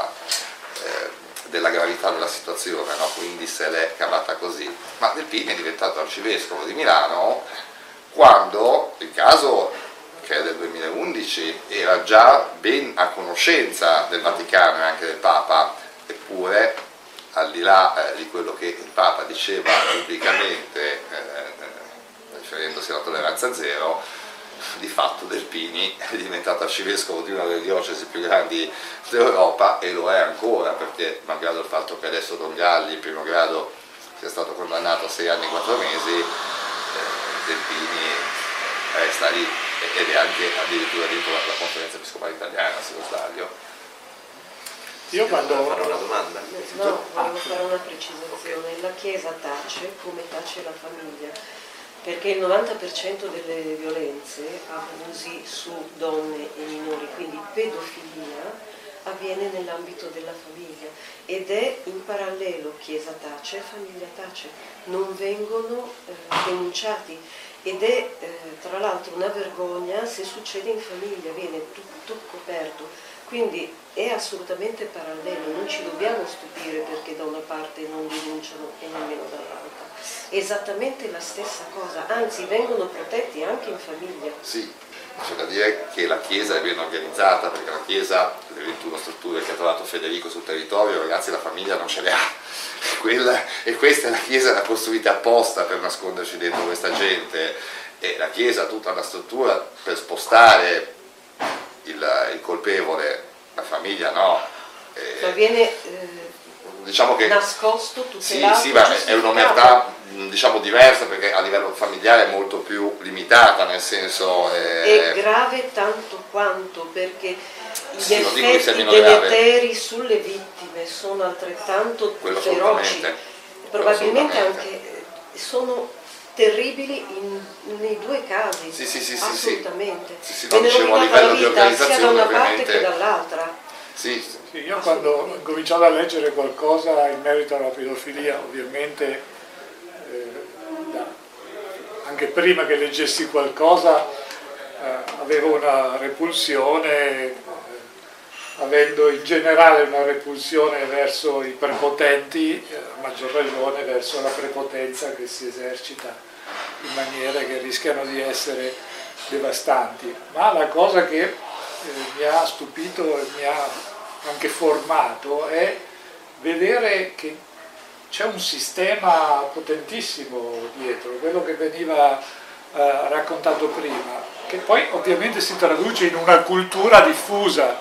della gravità della situazione, no? Quindi se l'è cavata così. Ma Delpini è diventato arcivescovo di Milano quando il caso, che è del 2011, era già ben a conoscenza del Vaticano e anche del Papa, eppure al di là di quello che il Papa diceva pubblicamente, riferendosi alla tolleranza zero, di fatto Delpini è diventato arcivescovo di una delle diocesi più grandi d'Europa, e lo è ancora, perché malgrado il fatto che adesso Don Galli in primo grado sia stato condannato a 6 anni e 4 mesi, Delpini resta lì ed è anche addirittura dentro la conferenza episcopale italiana, se non sbaglio. Io quando... fare una domanda? No, volevo fare una precisazione. La Chiesa tace come tace la famiglia, perché il 90% delle violenze, abusi su donne e minori, quindi pedofilia, avviene nell'ambito della famiglia, ed è in parallelo Chiesa tace, famiglia tace, non vengono denunciati, ed è tra l'altro una vergogna se succede in famiglia, viene tutto coperto. Quindi è assolutamente parallelo, non ci dobbiamo stupire perché da una parte non denunciano e nemmeno dall'altra. È esattamente la stessa cosa, anzi vengono protetti anche in famiglia. Sì, c'è da dire che la Chiesa è ben organizzata, perché la Chiesa, le 21 strutture che ha trovato Federico sul territorio, ragazzi, la famiglia non ce le ha. E questa è la Chiesa, l'ha costruita apposta per nasconderci dentro questa gente, e la Chiesa ha tutta una struttura per spostare il colpevole, la famiglia no. Ma viene diciamo che nascosto, tutelato. Sì, ma è un'omertà diciamo diversa, perché a livello familiare è molto più limitata, nel senso è grave tanto quanto, perché gli non dico che sia effetti meno grave. deleteri sulle vittime sono altrettanto Quello feroci, probabilmente assolutamente. anche sono terribili nei due casi, Sì, assolutamente. Sì, Viene dicevo a rovinata la livello di vita sia da organizzazione una parte ovviamente. che dall'altra. Sì. Io quando ho cominciato a leggere qualcosa in merito alla pedofilia, ovviamente anche prima che leggessi qualcosa avevo una repulsione, avendo in generale una repulsione verso i prepotenti, a maggior ragione verso la prepotenza che si esercita in maniere che rischiano di essere devastanti. Ma la cosa che mi ha stupito e mi ha anche formato è vedere che c'è un sistema potentissimo dietro, quello che veniva raccontato prima, che poi ovviamente si traduce in una cultura diffusa.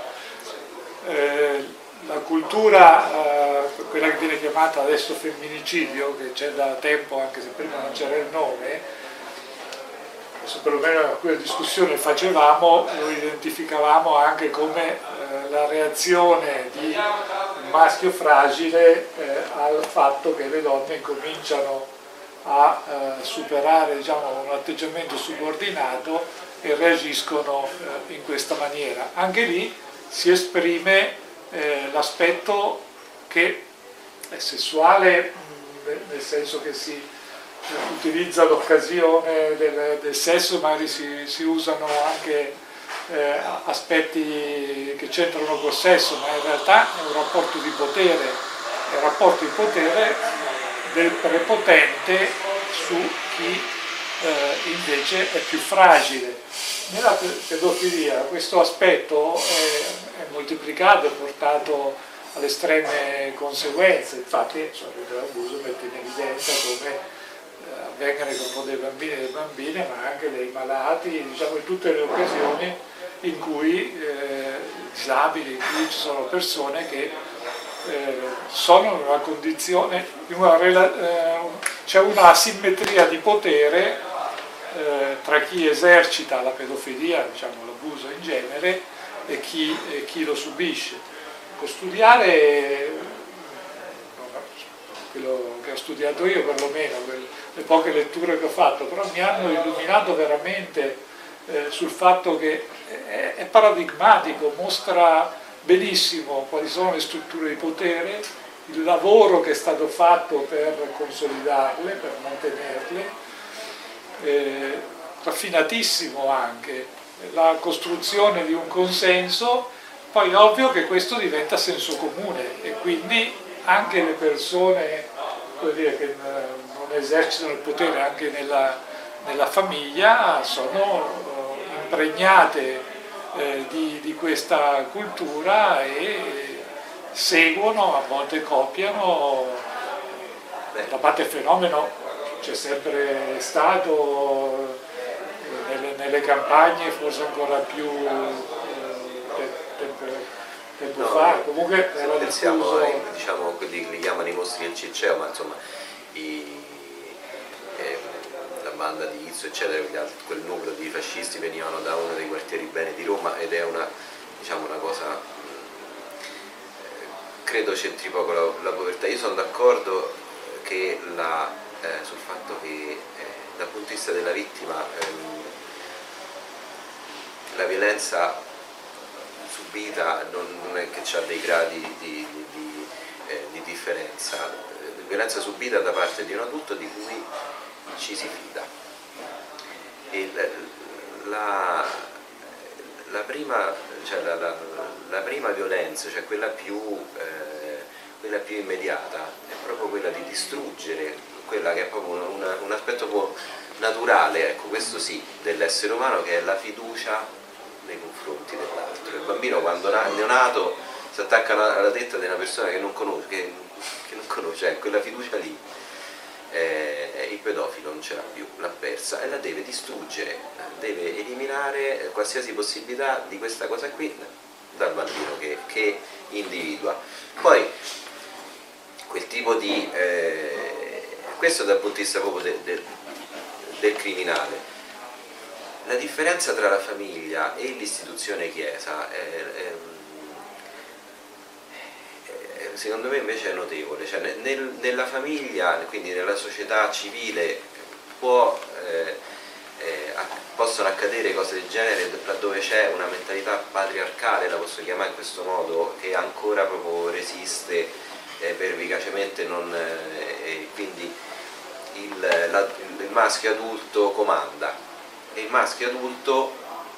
La cultura, quella che viene chiamata adesso femminicidio, che c'è da tempo anche se prima non c'era il nome, adesso perlomeno a quella discussione facevamo, lo identificavamo anche come la reazione di un maschio fragile al fatto che le donne incominciano a superare, diciamo, un atteggiamento subordinato e reagiscono in questa maniera. Anche lì si esprime l'aspetto che è sessuale, nel senso che si utilizza l'occasione del sesso, magari si usano anche aspetti che c'entrano col sesso, ma in realtà è un rapporto di potere, è un rapporto di potere del prepotente su chi invece è più fragile. Nella pedofilia questo aspetto è moltiplicato, è portato alle estreme conseguenze, infatti l'abuso mette in evidenza come avvenga nei confronti dei bambini e delle bambine, ma anche dei malati, diciamo in tutte le occasioni in cui disabili, in cui ci sono persone che sono in una condizione, c'è una asimmetria di potere tra chi esercita la pedofilia, diciamo l'abuso in genere, e chi lo subisce. Studiare quello che ho studiato io, perlomeno le poche letture che ho fatto, però mi hanno illuminato veramente sul fatto che è paradigmatico, mostra benissimo quali sono le strutture di potere, il lavoro che è stato fatto per consolidarle, per mantenerle, raffinatissimo anche, la costruzione di un consenso. Poi è ovvio che questo diventa senso comune e quindi anche le persone, vuol dire, che non esercitano il potere anche nella famiglia sono impregnate di questa cultura e seguono, a volte copiano. Da parte del fenomeno c'è sempre stato nelle campagne, forse ancora più tempo fa, comunque era pensiamo diffuso. Diciamo quelli che li chiamano i mostri del Circeo, ma insomma la banda di Izzo eccetera, quel numero di fascisti venivano da uno dei quartieri bene di Roma ed è una cosa, credo c'entri poco la povertà. Io sono d'accordo che sul fatto che dal punto di vista della vittima la violenza subita non è che ha dei gradi di differenza. La violenza subita da parte di un adulto di cui ci si fida. E la prima violenza, cioè quella più immediata, è proprio quella di distruggere quella che è proprio un aspetto un po' naturale, ecco, questo sì, dell'essere umano, che è la fiducia nei confronti dell'altro. Il bambino quando è neonato si attacca alla testa di una persona che non conosce, quella fiducia lì il pedofilo non ce l'ha più, l'ha persa e la deve distruggere, deve eliminare qualsiasi possibilità di questa cosa qui dal bambino che individua. Poi quel tipo di questo dal punto di vista proprio del criminale. La differenza tra la famiglia e l'istituzione Chiesa secondo me invece è notevole, cioè nella famiglia, quindi nella società civile possono accadere cose del genere laddove c'è una mentalità patriarcale, la posso chiamare in questo modo, che ancora proprio resiste pervicacemente, quindi il maschio adulto comanda e il maschio adulto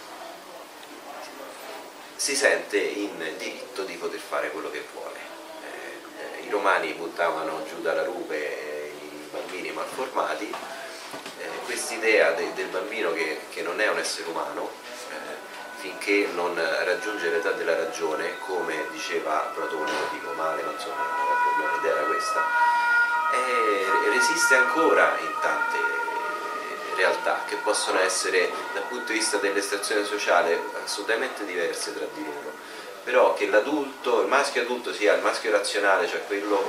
si sente in diritto di poter fare quello che vuole. I romani buttavano giù dalla rupe i bambini malformati, quest'idea del bambino che non è un essere umano finché non raggiunge l'età della ragione, come diceva Platone, lo dico male, ma insomma l'idea era questa, resiste ancora in tante realtà che possono essere dal punto di vista dell'estrazione sociale assolutamente diverse tra di loro, però che l'adulto, il maschio adulto sia il maschio razionale, cioè quello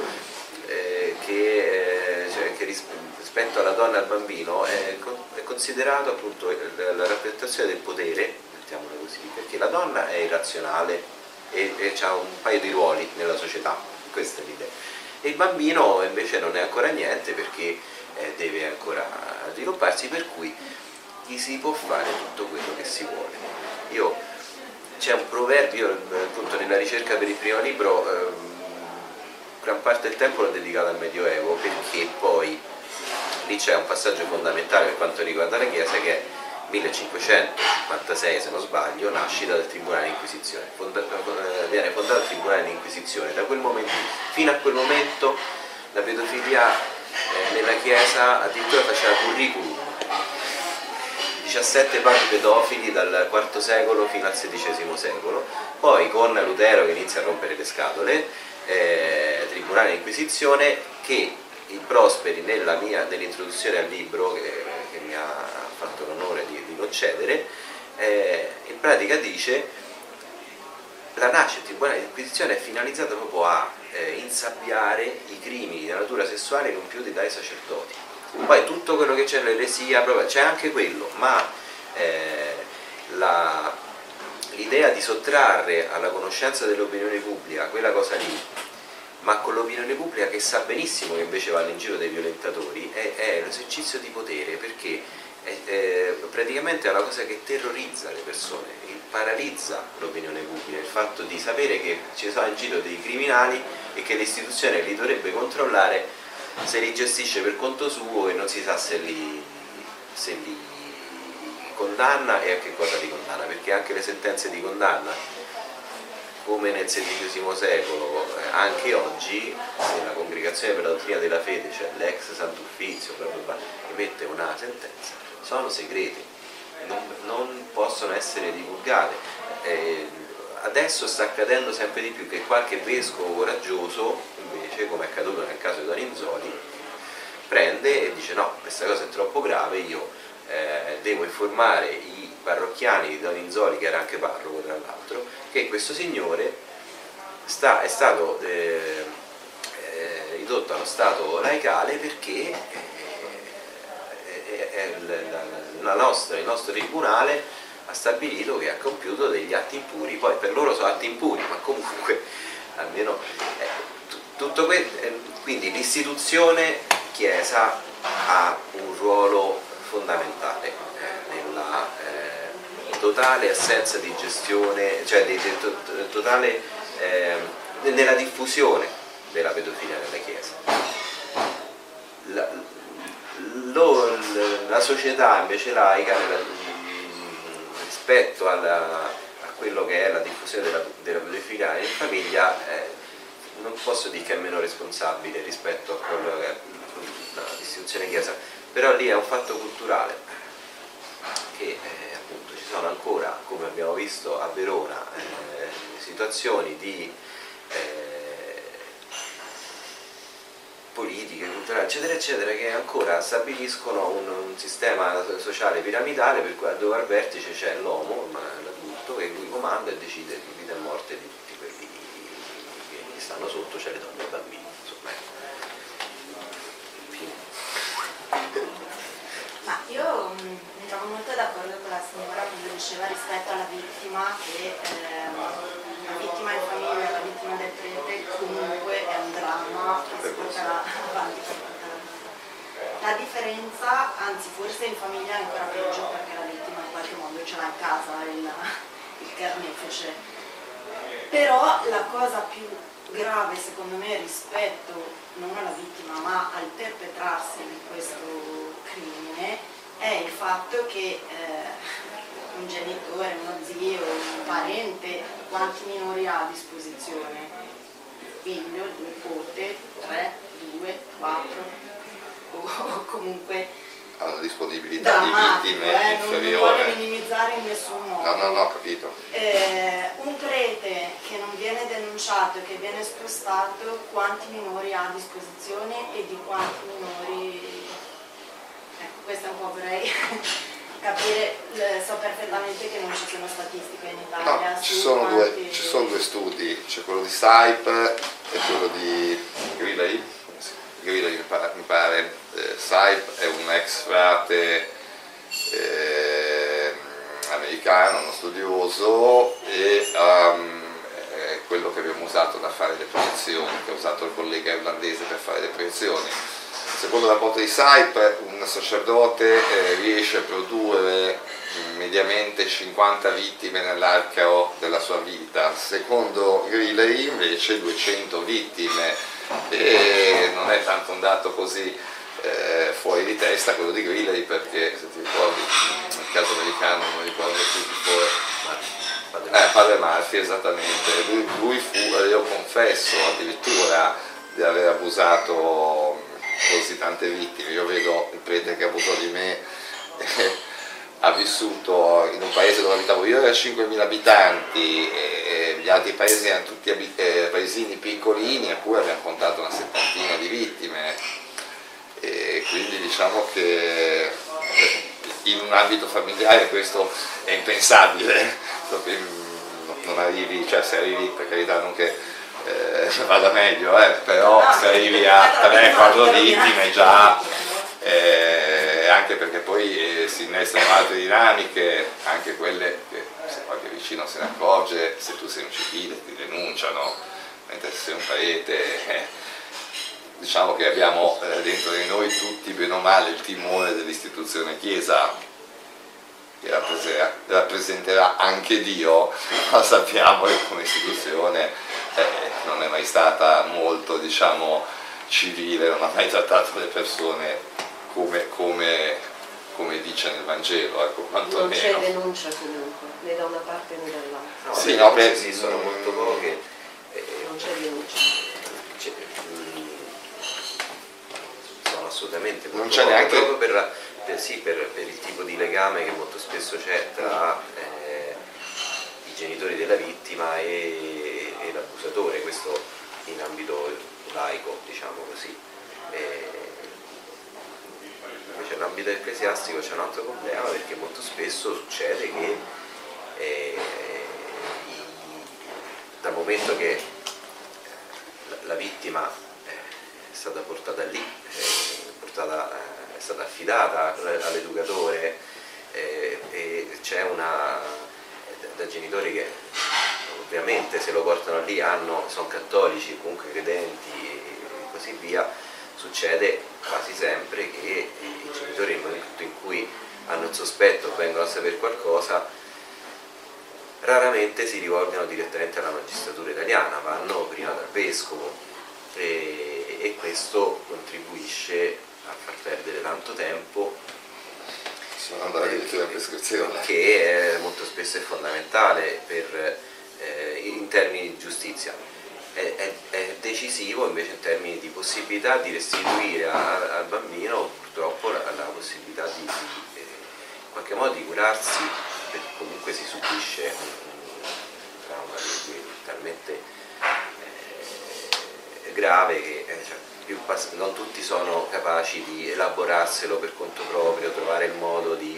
che rispetto alla donna e al bambino è considerato appunto la rappresentazione del potere, mettiamola così, perché la donna è irrazionale e ha un paio di ruoli nella società, questa è l'idea. E il bambino invece non è ancora niente perché deve ancora svilupparsi, per cui gli si può fare tutto quello che si vuole. C'è un proverbio, appunto nella ricerca per il primo libro, gran parte del tempo l'ho dedicato al Medioevo, perché poi lì c'è un passaggio fondamentale per quanto riguarda la Chiesa, che è 1556, se non sbaglio, nascita del Tribunale d'Inquisizione, viene fondato il Tribunale d'Inquisizione. Da quel momento, fino a quel momento, la pedofilia nella Chiesa addirittura faceva curriculum. 17 papi pedofili dal IV secolo fino al XVI secolo, poi con Lutero che inizia a rompere le scatole, Tribunale d'Inquisizione, che il Prosperi nell'introduzione al libro che mi ha fatto l'onore di concedere, in pratica dice: la nascita del Tribunale d'Inquisizione è finalizzata proprio a insabbiare i crimini di natura sessuale compiuti dai sacerdoti. Poi tutto quello che c'è nell'eresia, c'è anche quello, ma l'idea di sottrarre alla conoscenza dell'opinione pubblica quella cosa lì, ma con l'opinione pubblica che sa benissimo che invece vanno in giro dei violentatori, è l'esercizio di potere, perché praticamente è una cosa che terrorizza le persone, paralizza l'opinione pubblica, il fatto di sapere che ci sono in giro dei criminali e che l'istituzione li dovrebbe controllare, se li gestisce per conto suo e non si sa se li condanna e a che cosa li condanna, perché anche le sentenze di condanna, come nel XVI secolo, anche oggi, se la Congregazione per la Dottrina della Fede, cioè l'ex Sant'Uffizio, emette una sentenza, sono segrete, non possono essere divulgate. Adesso sta accadendo sempre di più che qualche vescovo coraggioso, invece, come è accaduto nel caso di Doninzoli, prende e dice: no, questa cosa è troppo grave, io devo informare i parrocchiani di Doninzoli, che era anche parroco tra l'altro, che questo signore è stato ridotto allo stato laicale perché il nostro tribunale ha stabilito che ha compiuto degli atti impuri. Poi per loro sono atti impuri, ma comunque almeno tutto quindi l'istituzione Chiesa ha un ruolo fondamentale nella totale assenza di gestione, cioè totale nella diffusione della pedofilia nella Chiesa. La società invece laica, rispetto a quello che è la diffusione della pedofilia in famiglia, non posso dire che è meno responsabile rispetto a quello che è l'istituzione Chiesa, però lì è un fatto culturale che appunto ci sono ancora, come abbiamo visto a Verona, situazioni di politiche, culturali, eccetera, eccetera, che ancora stabiliscono un sistema sociale piramidale per cui dove al vertice c'è l'uomo, l'adulto, che lui comanda e decide di vita e morte di tutti quelli che gli stanno sotto, cioè le donne e i bambini. Insomma, Ma io mi trovo molto d'accordo con la signora quando diceva rispetto alla vittima che la vittima in famiglia, la vittima del prete comunque è un dramma che si porterà avanti per tutta la vita. La differenza, anzi forse in famiglia è ancora peggio perché la vittima in qualche modo ce l'ha in casa il carnefice. Però la cosa più grave secondo me rispetto non alla vittima ma al perpetrarsi di questo crimine è il fatto che un genitore, uno zio, un parente, quanti minori ha a disposizione? Figlio, nipote, 3, 2, 4 o comunque alla disponibilità di vittime inferiore. Non vuole minimizzare in nessun modo. No, ho capito. Un prete che non viene denunciato e che viene spostato, quanti minori ha a disposizione e di quanti minori... Ecco, questo è un po' vorrei capire, so perfettamente che non ci sono statistiche in Italia. No, ci sono due studi, c'è quello di Saip e quello di Griley, mi pare. Saip è un ex frate Vaticano, uno studioso, e quello che abbiamo usato da fare le proiezioni, che ha usato il collega irlandese per fare le proiezioni. Secondo il rapporto di SAIP, un sacerdote riesce a produrre mediamente 50 vittime nell'arco della sua vita, secondo Griley invece 200 vittime, e non è tanto un dato così fuori di testa quello di Griley, perché se ti ricordi nel caso americano, non ricordo più chi fu, Padre Murphy, esattamente, lui fu, io confesso addirittura di aver abusato così tante vittime. Io vedo il prete che abusò di me, ha vissuto in un paese dove abitavo io, era 5.000 abitanti, e gli altri paesi erano tutti paesini piccolini, eppure abbiamo contato una settantina di vittime, e quindi diciamo che in un ambito familiare questo è impensabile, non arrivi, cioè se arrivi, per carità, non che vada meglio, però se arrivi a 3-4 vittime già, anche perché poi si innestano altre dinamiche, anche quelle che se qualche vicino se ne accorge, se tu sei un civile ti denunciano, mentre se sei un prete, diciamo che abbiamo dentro di noi tutti bene o male il timore dell'istituzione Chiesa, che rappresenterà anche Dio, ma sappiamo che come istituzione non è mai stata molto, diciamo, civile, non ha mai trattato le persone come dice nel Vangelo, ecco, quantomeno. Non c'è denuncia comunque, né da una parte né dall'altra. No, sì, no, esistono molto poche. Non c'è denuncia. Sono assolutamente molto non c'è poche, neanche proprio per il tipo di legame che molto spesso c'è tra i genitori della vittima e l'abusatore, questo in ambito laico, diciamo così. Invece nell'ambito ecclesiastico c'è un altro problema, perché molto spesso succede che dal momento che la vittima è stata portata lì, è stata affidata all'educatore, e c'è da genitori che ovviamente se lo portano lì sono cattolici, comunque credenti e così via, succede quasi sempre che i genitori nel momento in cui hanno il sospetto o vengono a sapere qualcosa, raramente si rivolgono direttamente alla magistratura italiana, vanno prima dal vescovo, e questo contribuisce a far perdere tanto tempo, che molto spesso è fondamentale in termini di giustizia. È decisivo invece in termini di possibilità di restituire al bambino purtroppo la possibilità di in qualche modo di curarsi, perché comunque si subisce un trauma talmente grave che non tutti sono capaci di elaborarselo per conto proprio, trovare il modo di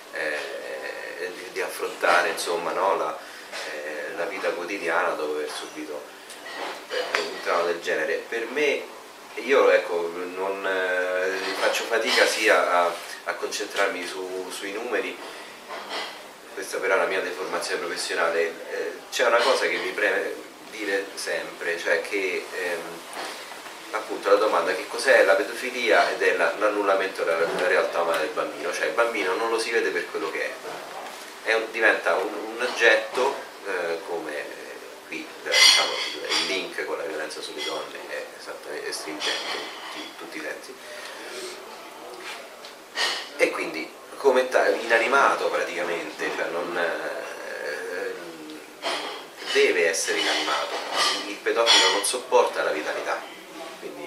affrontare, insomma, no, la vita quotidiana dopo aver subito un trauma del genere. Per me, io ecco, non faccio fatica sia a concentrarmi sui numeri, questa però è la mia deformazione professionale. C'è una cosa che mi preme dire sempre, cioè che appunto la domanda che cos'è la pedofilia ed è l'annullamento della realtà umana del bambino, cioè il bambino non lo si vede per quello che diventa un oggetto, come qui diciamo, il link con la violenza sulle donne è esattamente stringente in tutti i sensi, e quindi come inanimato praticamente, cioè non deve essere inanimato. Il pedofilo non sopporta la vitalità, quindi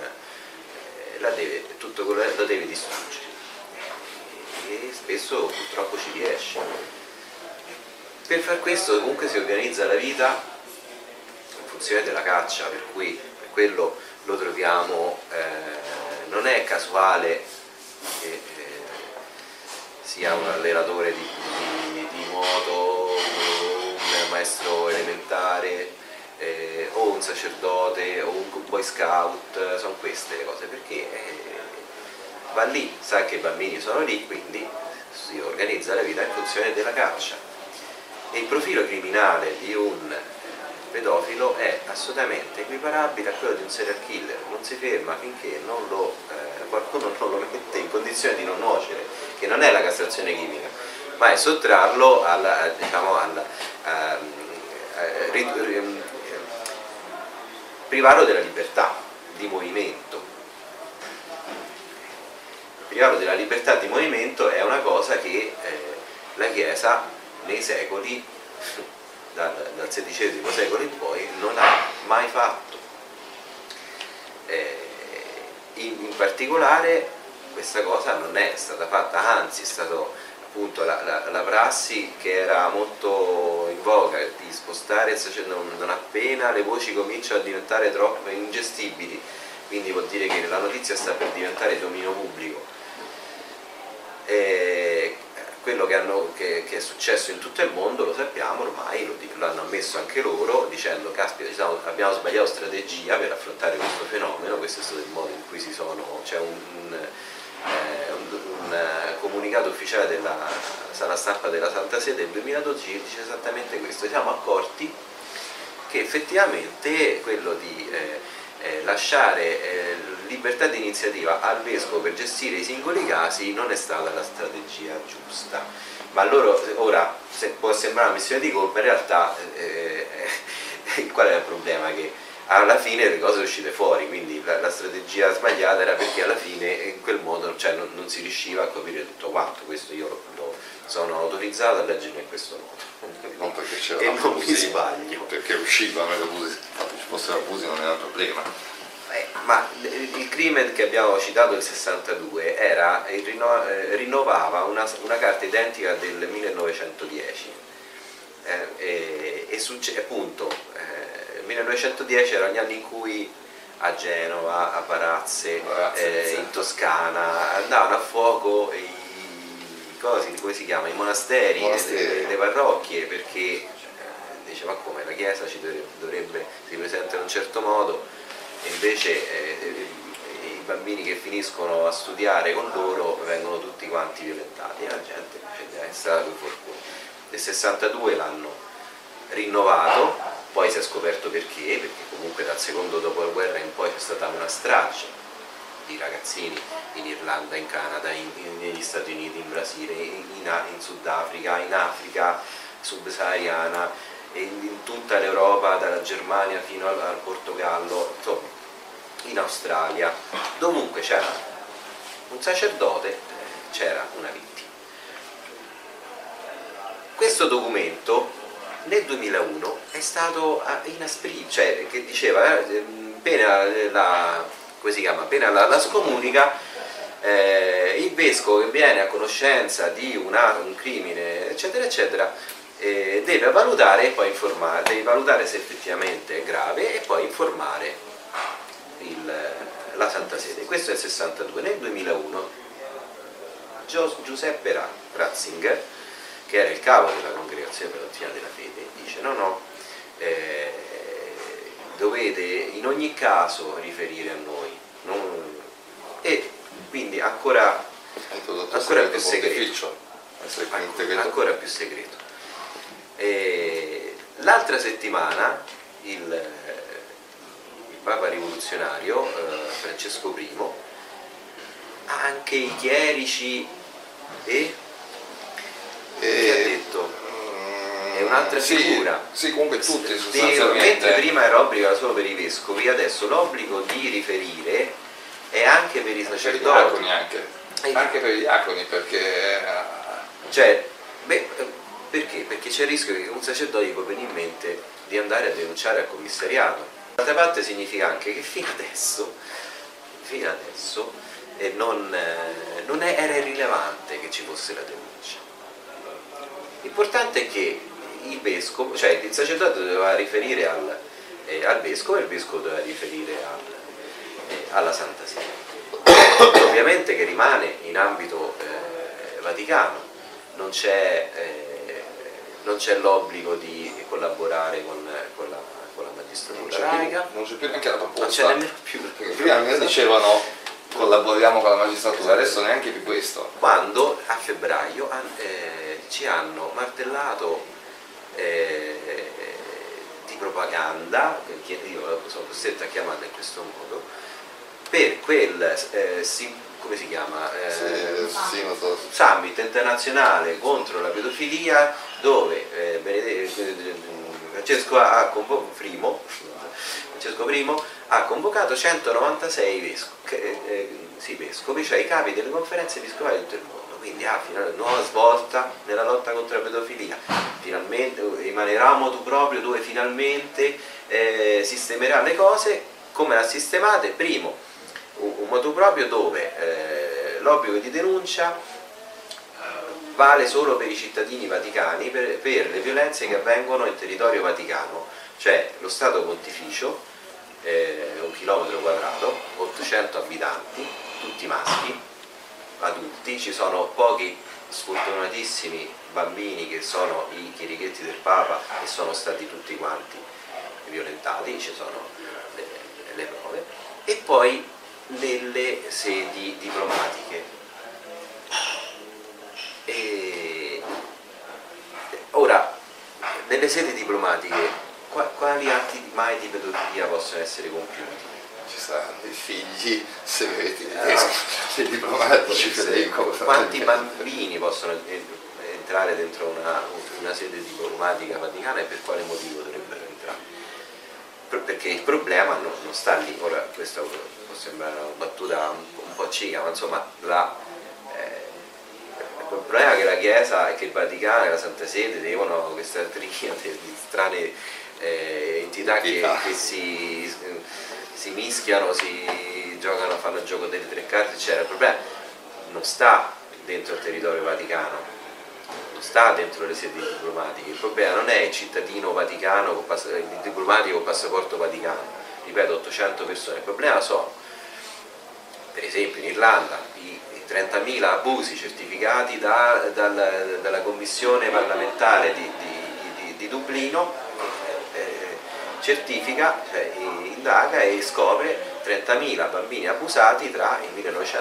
tutto quello lo deve distruggere, e spesso purtroppo ci riesce. Per far questo comunque si organizza la vita in funzione della caccia, per cui per quello lo troviamo, non è casuale che sia un allenatore di nuoto, un maestro elementare, o un sacerdote o un boy scout, sono queste le cose, perché va lì, sa che i bambini sono lì, quindi si organizza la vita in funzione della caccia. E il profilo criminale di un pedofilo è assolutamente equiparabile a quello di un serial killer, non si ferma finché qualcuno non lo mette in condizione di non nuocere, che non è la castrazione chimica, ma è sottrarlo privarlo della libertà di movimento. Privarlo della libertà di movimento è una cosa che la Chiesa nei secoli, dal XVI secolo in poi, non ha mai fatto. In particolare questa cosa non è stata fatta, anzi è stato appunto la prassi che era molto in voga di spostare non appena le voci cominciano a diventare troppo ingestibili, quindi vuol dire che la notizia sta per diventare dominio pubblico. Quello che è successo in tutto il mondo lo sappiamo ormai, l'hanno ammesso anche loro, dicendo caspita, abbiamo sbagliato strategia per affrontare questo fenomeno, questo è stato il modo in cui c'è un comunicato ufficiale della sala stampa della Santa Sede del 2012 che dice esattamente questo. Ci siamo accorti che effettivamente quello di lasciare libertà di iniziativa al vescovo per gestire i singoli casi non è stata la strategia giusta. Ma loro, ora, può sembrare una missione di colpa, in realtà qual è il problema? Che alla fine le cose sono uscite fuori, quindi la strategia sbagliata era perché alla fine in quel modo non si riusciva a capire tutto quanto. Questo io sono autorizzato a leggere in questo modo. Non perché c'era e non mi sbaglio. Perché uscivano gli abusi, infatti ci fossero abusi non era un problema. Ma il crimine che abbiamo citato del 62 rinnovava una carta identica del 1910 appunto il 1910 erano gli anni in cui a Genova, a Varazze, in Toscana andavano a fuoco come si chiama? I monasteri. Le parrocchie, perché diceva come la Chiesa si presenta in un certo modo e invece i bambini che finiscono a studiare con loro vengono tutti quanti violentati, e la gente è stata più fortuna. Nel 62 l'hanno rinnovato, poi si è scoperto perché comunque dal secondo dopoguerra in poi c'è stata una strage di ragazzini in Irlanda, in Canada, negli Stati Uniti, in Brasile, in Sudafrica, in Africa subsahariana, in tutta l'Europa, dalla Germania fino al Portogallo, insomma, in Australia, dovunque c'era un sacerdote c'era una vittima. Questo documento nel 2001 è stato inasprito, cioè che diceva pena la scomunica, il vescovo che viene a conoscenza di un crimine eccetera eccetera deve valutare e poi informare, deve valutare se effettivamente è grave e poi informare la Santa Sede. Questo è il 62. Nel 2001 Giuseppe Ratzinger, che era il capo della Congregazione per la Dottrina della Fede, dice no, dovete in ogni caso riferire a noi, e quindi ancora più segreto. Ancora più segreto. L'altra settimana il Papa rivoluzionario Francesco I, anche i chierici che ha detto è un'altra figura. Sì, comunque tutti sostanzialmente. Mentre prima era obbligo solo per i vescovi, adesso l'obbligo di riferire è anche per i sacerdoti. Anche per gli diaconi, perché perché? Perché c'è il rischio che un sacerdote gli può venire in mente di andare a denunciare al commissariato. D'altra parte significa anche che fino adesso era irrilevante che ci fosse la denuncia. L'importante è che il vescovo, cioè il sacerdote doveva riferire al vescovo e il vescovo doveva riferire alla Santa Sede. Ovviamente che rimane in ambito vaticano, non c'è l'obbligo di collaborare con la magistratura. Non c'è più neanche la proposta. Non c'è nemmeno più. Perché prima dicevano collaboriamo con la magistratura, adesso neanche più questo. Quando a febbraio ci hanno martellato di propaganda, che io sono costretto a chiamarla in questo modo, per quel come si chiama? Summit internazionale contro la pedofilia, dove Francesco I ha convocato 196 vescovi, cioè i capi delle conferenze episcopali di tutto il mondo. Quindi finalmente nuova svolta nella lotta contro la pedofilia. Finalmente emanerà un motu proprio dove finalmente sistemerà le cose. Come l'ha sistemate? Primo, un motu proprio dove l'obbligo di denuncia vale solo per i cittadini vaticani per le violenze che avvengono in territorio vaticano, cioè lo Stato Pontificio, 1 chilometro quadrato, 800 abitanti, tutti maschi, adulti, ci sono pochi sfortunatissimi bambini che sono i chierichetti del Papa e sono stati tutti quanti violentati, ci sono le prove, e poi nelle sedi diplomatiche. Ora, nelle sedi diplomatiche quali atti mai di pedofilia possono essere compiuti? Ci saranno i figli segreti dei diplomatici, Federico. Quanti bambini possono entrare dentro una sede diplomatica vaticana e per quale motivo dovrebbero entrare? Perché il problema non sta lì. Ora, questa può sembrare una battuta un po' cinica, ma insomma il problema è che la Chiesa e che il Vaticano e la Santa Sede devono questa triade di strane entità che si mischiano, si giocano, fanno il gioco delle tre carte, eccetera. Il problema non sta dentro il territorio vaticano, non sta dentro le sedi diplomatiche, il problema non è il cittadino vaticano, il diplomatico con passaporto vaticano, ripeto, 800 persone, il problema sono, per esempio in Irlanda, i 30.000 abusi certificati dalla commissione parlamentare di Dublino, certifica, cioè indaga e scopre 30.000 bambini abusati tra il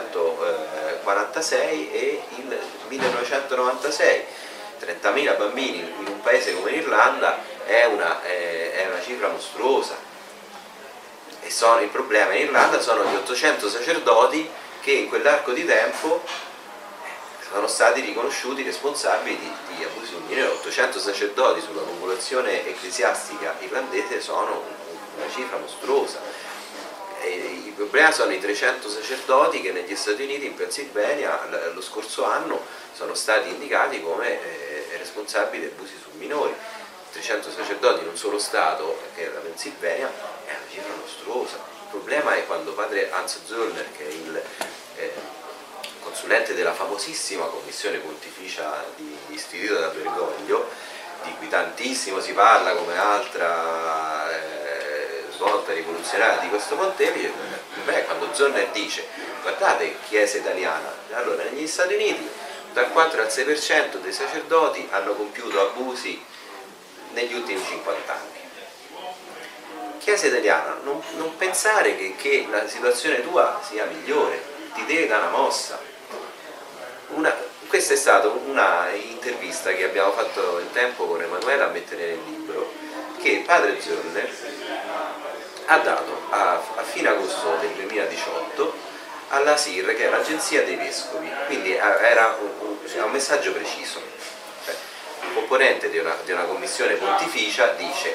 1946 e il 1996. 30.000 bambini in un paese come l'Irlanda è una cifra mostruosa. E il problema in Irlanda sono gli 800 sacerdoti che in quell'arco di tempo sono stati riconosciuti responsabili di abusi di minore. 800 sacerdoti sulla popolazione ecclesiastica irlandese sono una cifra mostruosa. Il problema sono i 300 sacerdoti che negli Stati Uniti, in Pennsylvania, lo scorso anno sono stati indicati come responsabili di abusi su minori. 300 sacerdoti in un solo Stato, che è la Pennsylvania, è una cifra mostruosa. Il problema è quando padre Hans Zollner, che è il consulente della famosissima commissione pontificia istituita da Bergoglio, di cui tantissimo si parla come altra svolta rivoluzionaria di questo pontefice, quando Zollner dice guardate Chiesa italiana, allora negli Stati Uniti dal 4 al 6% dei sacerdoti hanno compiuto abusi negli ultimi 50 anni. Chiesa italiana, non pensare che la situazione tua sia migliore, ti deve dare una mossa. Questa è stata una intervista che abbiamo fatto in tempo con Emanuela a mettere nel libro, che padre Zollner ha dato a fine agosto del 2018 alla SIR, che è l'agenzia dei vescovi, quindi era un messaggio preciso. Cioè, un componente di una commissione pontificia dice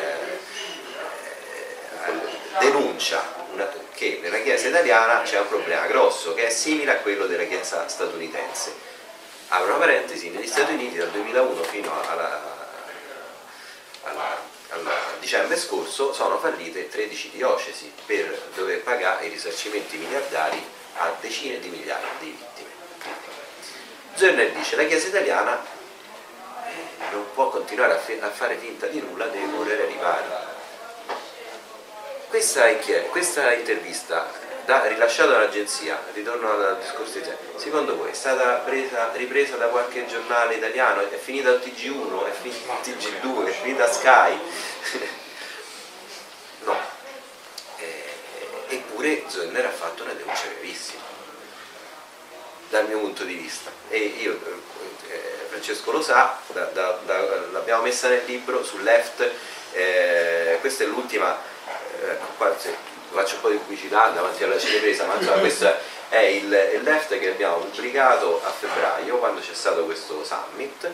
denuncia che nella Chiesa italiana c'è un problema grosso che è simile a quello della Chiesa statunitense. Apro una parentesi, negli Stati Uniti dal 2001 fino al dicembre scorso sono fallite 13 diocesi per dover pagare i risarcimenti miliardari a decine di migliaia di vittime. Zollner dice la Chiesa italiana non può continuare a fare finta di nulla, deve correre ai ripari. Questa intervista rilasciata dall'agenzia, ritorno al discorso di secondo voi è stata ripresa da qualche giornale italiano, è finita al TG1, è finita al TG2, è finita a Sky? No. Eppure Zöllner ha fatto una denuncia gravissima, dal mio punto di vista, e io, Francesco lo sa, l'abbiamo messa nel libro sul left, questa è l'ultima, qua faccio un po' di pubblicità davanti alla cinepresa, ma insomma questo è il left che abbiamo pubblicato a febbraio, quando c'è stato questo summit,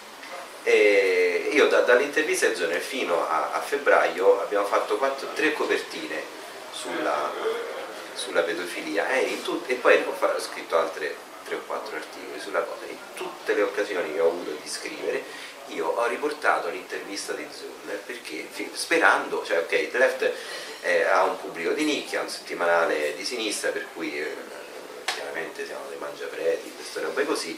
e io dall'intervista di Zöllner fino a febbraio abbiamo fatto 3 copertine sulla pedofilia, e poi ho scritto altre 3 o 4 articoli sulla cosa. In tutte le occasioni che ho avuto di scrivere io ho riportato l'intervista di Zöllner, perché sperando, cioè ok, il left ha un pubblico di nicchia, un settimanale di sinistra, per cui chiaramente siamo dei mangiapreti, queste robe così,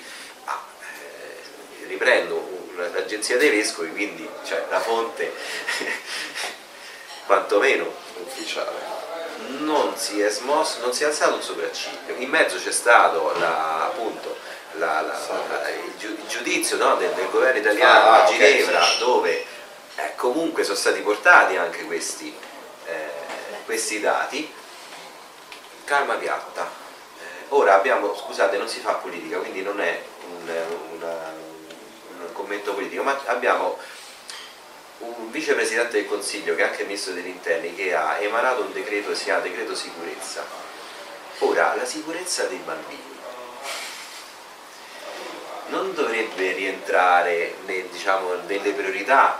riprendo l'agenzia dei vescovi, quindi cioè, la fonte quantomeno ufficiale. Non si è smosso, non si è alzato un sopracciglio. In mezzo c'è stato appunto il giudizio, no, del governo italiano a Ginevra, okay, dove comunque sono stati portati anche questi dati. Calma piatta. Ora abbiamo, scusate, non si fa politica, quindi non è un commento politico, ma abbiamo un vicepresidente del Consiglio, che è anche ministro degli interni, che ha emanato un decreto che si chiama decreto sicurezza. Ora, la sicurezza dei bambini non dovrebbe rientrare nelle priorità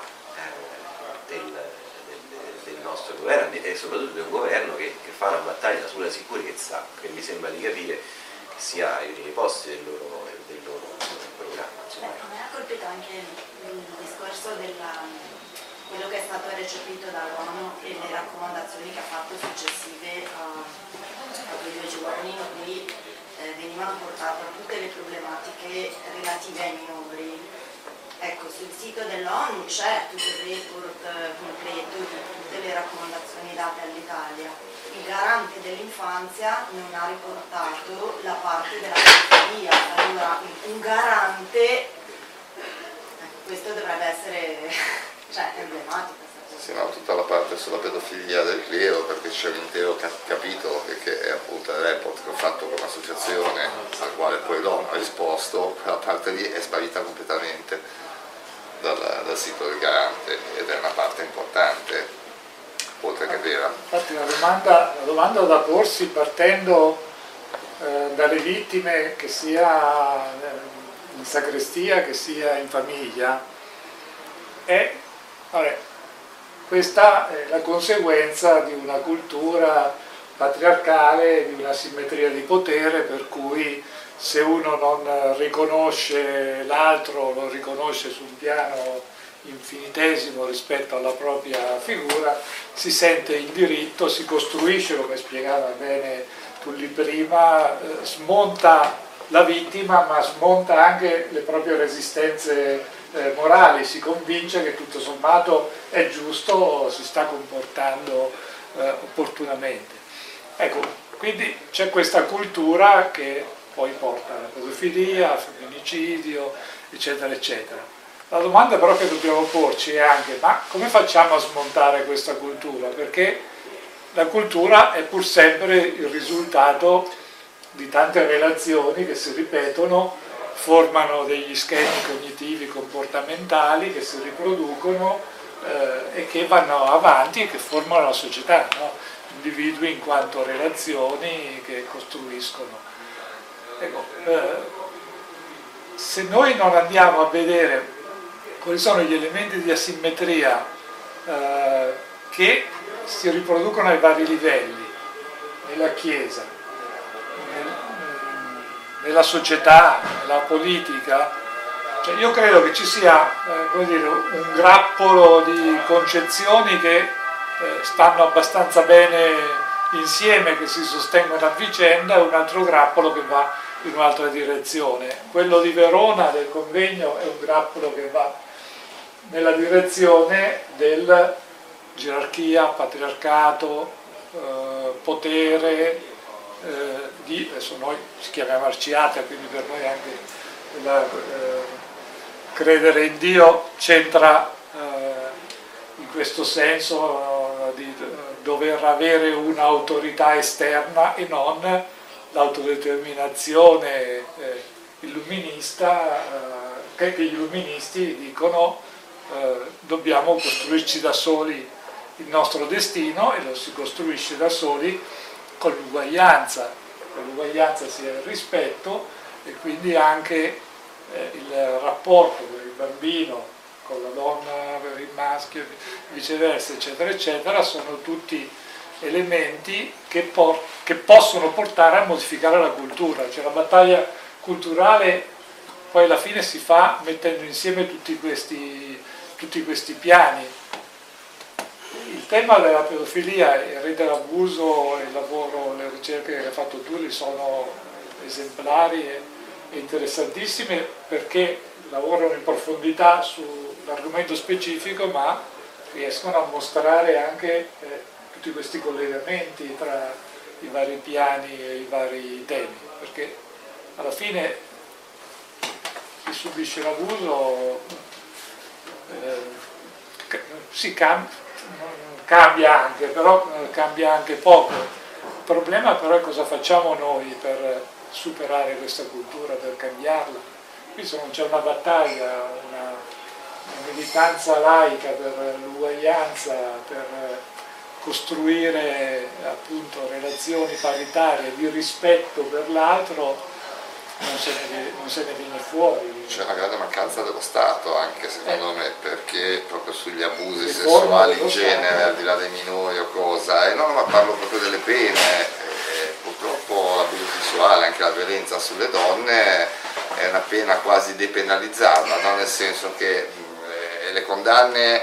del nostro governo, e soprattutto di un governo che fa una battaglia sulla sicurezza che mi sembra di capire che sia ai primi posti del loro programma. Mi ha colpito anche il discorso quello che è stato recepito dall'ONU e le raccomandazioni che ha fatto successive a quei 2 giorni, in cui venivano portate tutte le problematiche relative ai minori. Ecco, sul sito dell'ONU c'è tutto il report completo di tutte le raccomandazioni date all'Italia. Il garante dell'infanzia non ha riportato la parte della pedofilia. Allora, un garante, questo dovrebbe essere, cioè, emblematico. Sì, no, tutta la parte sulla pedofilia del clero, perché c'è un intero capitolo che è appunto il report che ho fatto con l'associazione, al quale poi l'ONU ha risposto. Quella parte lì è sparita completamente dal sito del garante, ed è una parte importante, oltre che vera. Infatti la domanda da porsi, partendo dalle vittime, che sia in sacrestia che sia in famiglia, è, questa è la conseguenza di una cultura patriarcale, di una simmetria di potere, per cui se uno non riconosce l'altro, lo riconosce su un piano infinitesimo rispetto alla propria figura, si sente in diritto, si costruisce, come spiegava bene Tulli prima, smonta la vittima, ma smonta anche le proprie resistenze morali, si convince che tutto sommato è giusto, si sta comportando opportunamente. Ecco, quindi c'è questa cultura che poi porta alla pedofilia, al femminicidio, eccetera, eccetera. La domanda però che dobbiamo porci è anche: ma come facciamo a smontare questa cultura? Perché la cultura è pur sempre il risultato di tante relazioni che si ripetono, formano degli schemi cognitivi comportamentali che si riproducono e che vanno avanti e che formano la società, no? Individui in quanto relazioni che costruiscono. Ecco, se noi non andiamo a vedere quali sono gli elementi di asimmetria che si riproducono ai vari livelli, nella Chiesa, nella società, nella politica, cioè io credo che ci sia un grappolo di concezioni che stanno abbastanza bene insieme, che si sostengono a vicenda, e un altro grappolo che va in un'altra direzione. Quello di Verona, del convegno, è un grappolo che va nella direzione del gerarchia, patriarcato, potere, adesso noi ci chiamiamo Arciate, quindi per noi anche credere in Dio c'entra in questo senso di dover avere un'autorità esterna e non l'autodeterminazione illuminista che gli illuministi dicono dobbiamo costruirci da soli il nostro destino, e lo si costruisce da soli con l'uguaglianza. Con l'uguaglianza sia il rispetto, e quindi anche il rapporto per il bambino con la donna, per il maschio, viceversa, eccetera, eccetera, sono tutti elementi che possono portare a modificare la cultura. Cioè la battaglia culturale poi alla fine si fa mettendo insieme tutti questi piani. Il tema della pedofilia, il rete dell'abuso, il lavoro, le ricerche che ha fatto Tulli sono esemplari e interessantissime, perché lavorano in profondità sull'argomento specifico, ma riescono a mostrare anche tutti questi collegamenti tra i vari piani e i vari temi, perché alla fine chi subisce l'abuso si cambia anche, però cambia anche poco. Il problema però è cosa facciamo noi per superare questa cultura, per cambiarla. Qui se non c'è una battaglia, una militanza laica per l'uguaglianza, per costruire appunto relazioni paritarie di rispetto per l'altro, non se ne viene fuori. C'è una grande mancanza dello Stato anche secondo me, perché proprio sugli abusi sessuali in genere, al di là dei minori o cosa, e no, ma parlo proprio delle pene, purtroppo l'abuso sessuale, anche la violenza sulle donne è una pena quasi depenalizzata, no? Nel senso che le condanne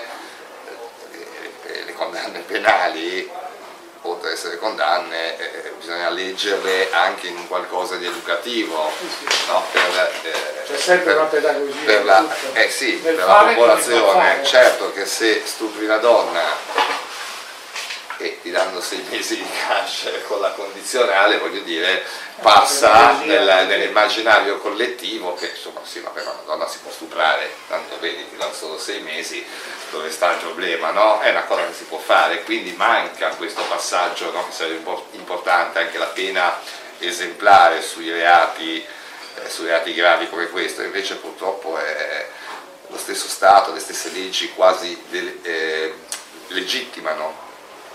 penali, oltre ad essere condanne, bisogna leggerle anche in qualcosa di educativo, no? C'è sempre una pedagogia per la popolazione. Certo che se stupri una donna e ti danno 6 mesi di carcere con la condizionale, voglio dire, passa nell'immaginario collettivo che insomma sì, ma per una donna si può stuprare, tanto vedi, ti danno solo 6 mesi, dove sta il problema, no? È una cosa che si può fare, quindi manca questo passaggio, no? Che sarebbe importante, anche la pena esemplare sui reati gravi come questo. Invece purtroppo è lo stesso Stato, le stesse leggi quasi legittimano.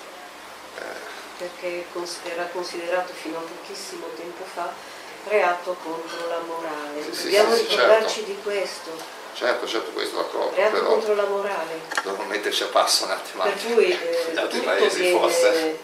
Perché era considerato fino a pochissimo tempo fa reato contro la morale. Dobbiamo ricordarci certo. di questo. Certo, questo d'accordo. Reato però contro la morale. dobbiamo metterci a passo un attimo. Per cui gli altri tutto paesi viene... forse.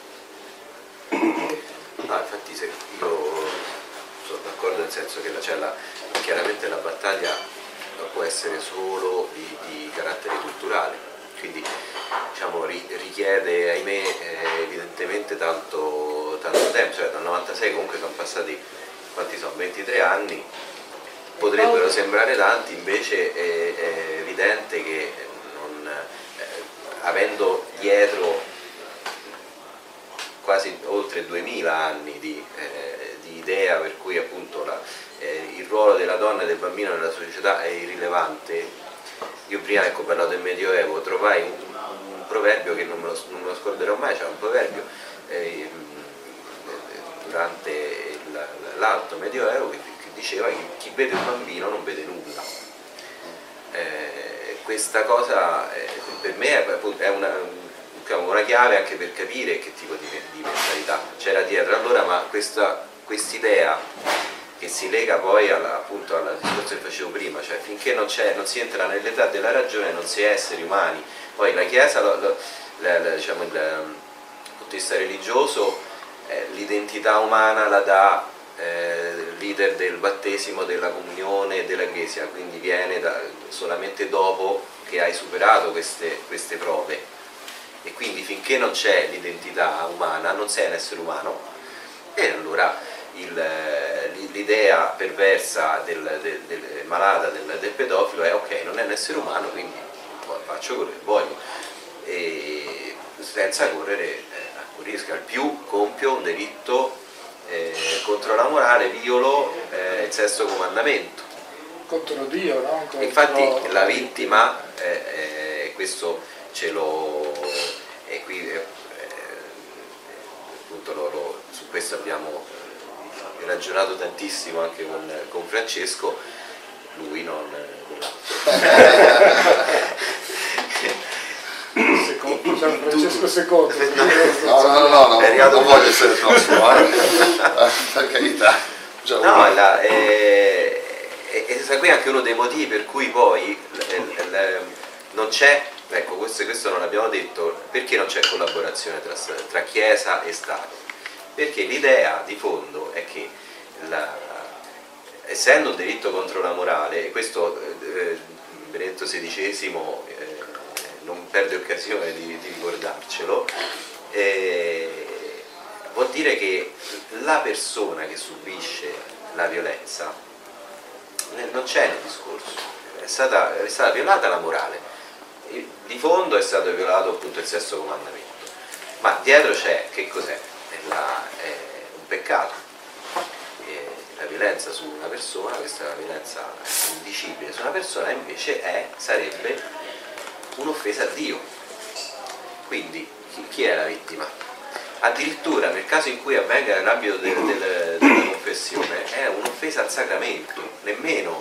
Infatti io sono d'accordo, nel senso che chiaramente la battaglia può essere solo di carattere culturale, quindi diciamo, richiede, ahimè, evidentemente tanto tempo, cioè dal 96 comunque sono passati, quanti sono, 23 anni, potrebbero sembrare tanti, invece è evidente che avendo dietro quasi oltre 2000 anni di idea per cui appunto il ruolo della donna e del bambino nella società è irrilevante. Io prima ho parlato del Medioevo, trovai un proverbio che non me lo scorderò mai, c'era un proverbio durante l'Alto Medioevo che diceva che chi vede un bambino non vede nulla. Questa cosa per me è una chiave anche per capire che tipo di mentalità c'era dietro. Allora, ma quest'idea che si lega poi appunto al discorso che facevo prima, cioè finché non si entra nell'età della ragione non si è esseri umani. Poi la Chiesa, diciamo, il punto di vista religioso, l'identità umana la dà il leader del battesimo, della comunione e della Chiesa, quindi viene solamente dopo che hai superato queste prove, e quindi finché non c'è l'identità umana non sei un essere umano, e allora l'idea perversa malata del pedofilo è ok, non è un essere umano, quindi faccio quello che voglio, e senza correre alcun rischio, al più compio un delitto contro la morale, violo il sesto comandamento contro Dio, no? Infatti la vittima, questo qui appunto su questo abbiamo ragionato tantissimo anche con Francesco, lui non Francesco II. No, non voglio essere il prossimo, per carità. No, e qui anche uno dei motivi per cui poi non c'è, ecco, questo non l'abbiamo detto, perché non c'è collaborazione tra Chiesa e Stato? Perché l'idea di fondo è che essendo un delitto contro la morale, e questo Benedetto XVI non perde occasione di ricordarcelo, vuol dire che la persona che subisce la violenza non c'è nel discorso, è stata violata la morale, di fondo è stato violato appunto il sesto comandamento, ma dietro c'è, che cos'è? È un peccato, la violenza su una persona, questa è una violenza indicibile su una persona, invece sarebbe un'offesa a Dio. Quindi chi è la vittima? Addirittura nel caso in cui avvenga nell'ambito della confessione è un'offesa al sacramento, nemmeno,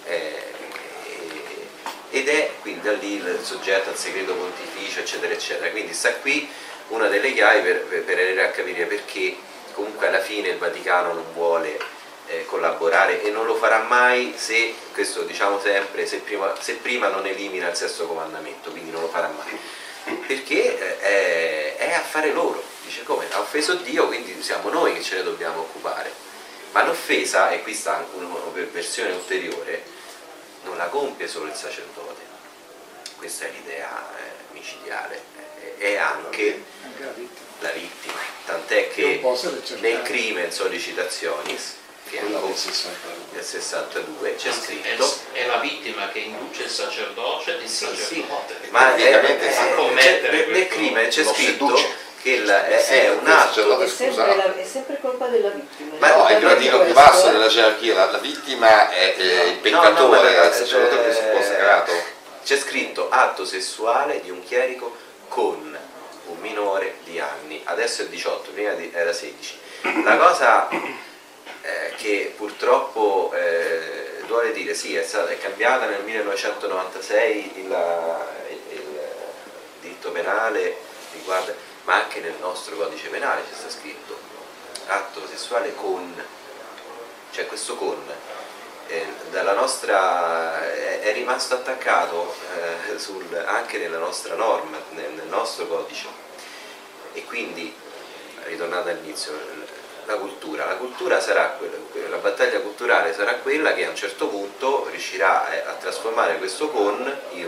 ed è quindi da lì il soggetto al segreto pontificio, eccetera eccetera. Quindi sta qui una delle chiavi per arrivare a capire perché comunque alla fine il Vaticano non vuole collaborare, e non lo farà mai se, questo diciamo sempre, se prima non elimina il sesto comandamento, quindi non lo farà mai, perché è affare loro. Dice, come? Ha offeso Dio, quindi siamo noi che ce ne dobbiamo occupare. Ma l'offesa, e qui sta anche una versione ulteriore, non la compie solo il sacerdote, questa è l'idea micidiale, è anche la vittima, tant'è che nel Crimen Sollicitationis, che è del 62, c'è scritto è la vittima che induce il sacerdote ma a commettere nel crimine c'è scritto che è un atto, è sempre colpa della vittima. Ma no, è il gradino più basso della gerarchia, la vittima è il peccatore, il sacerdote che si è consacrato. C'è scritto atto sessuale di un chierico con un minore di anni, adesso è 18, prima era 16. La cosa che purtroppo vuole dire, sì, è cambiata nel 1996 il diritto penale riguarda, ma anche nel nostro codice penale c'è sta scritto atto sessuale con, cioè questo con dalla nostra è rimasto attaccato anche nella nostra norma, nel nostro codice. E quindi, ritornando all'inizio, la cultura sarà la battaglia culturale sarà quella che a un certo punto riuscirà a trasformare questo con in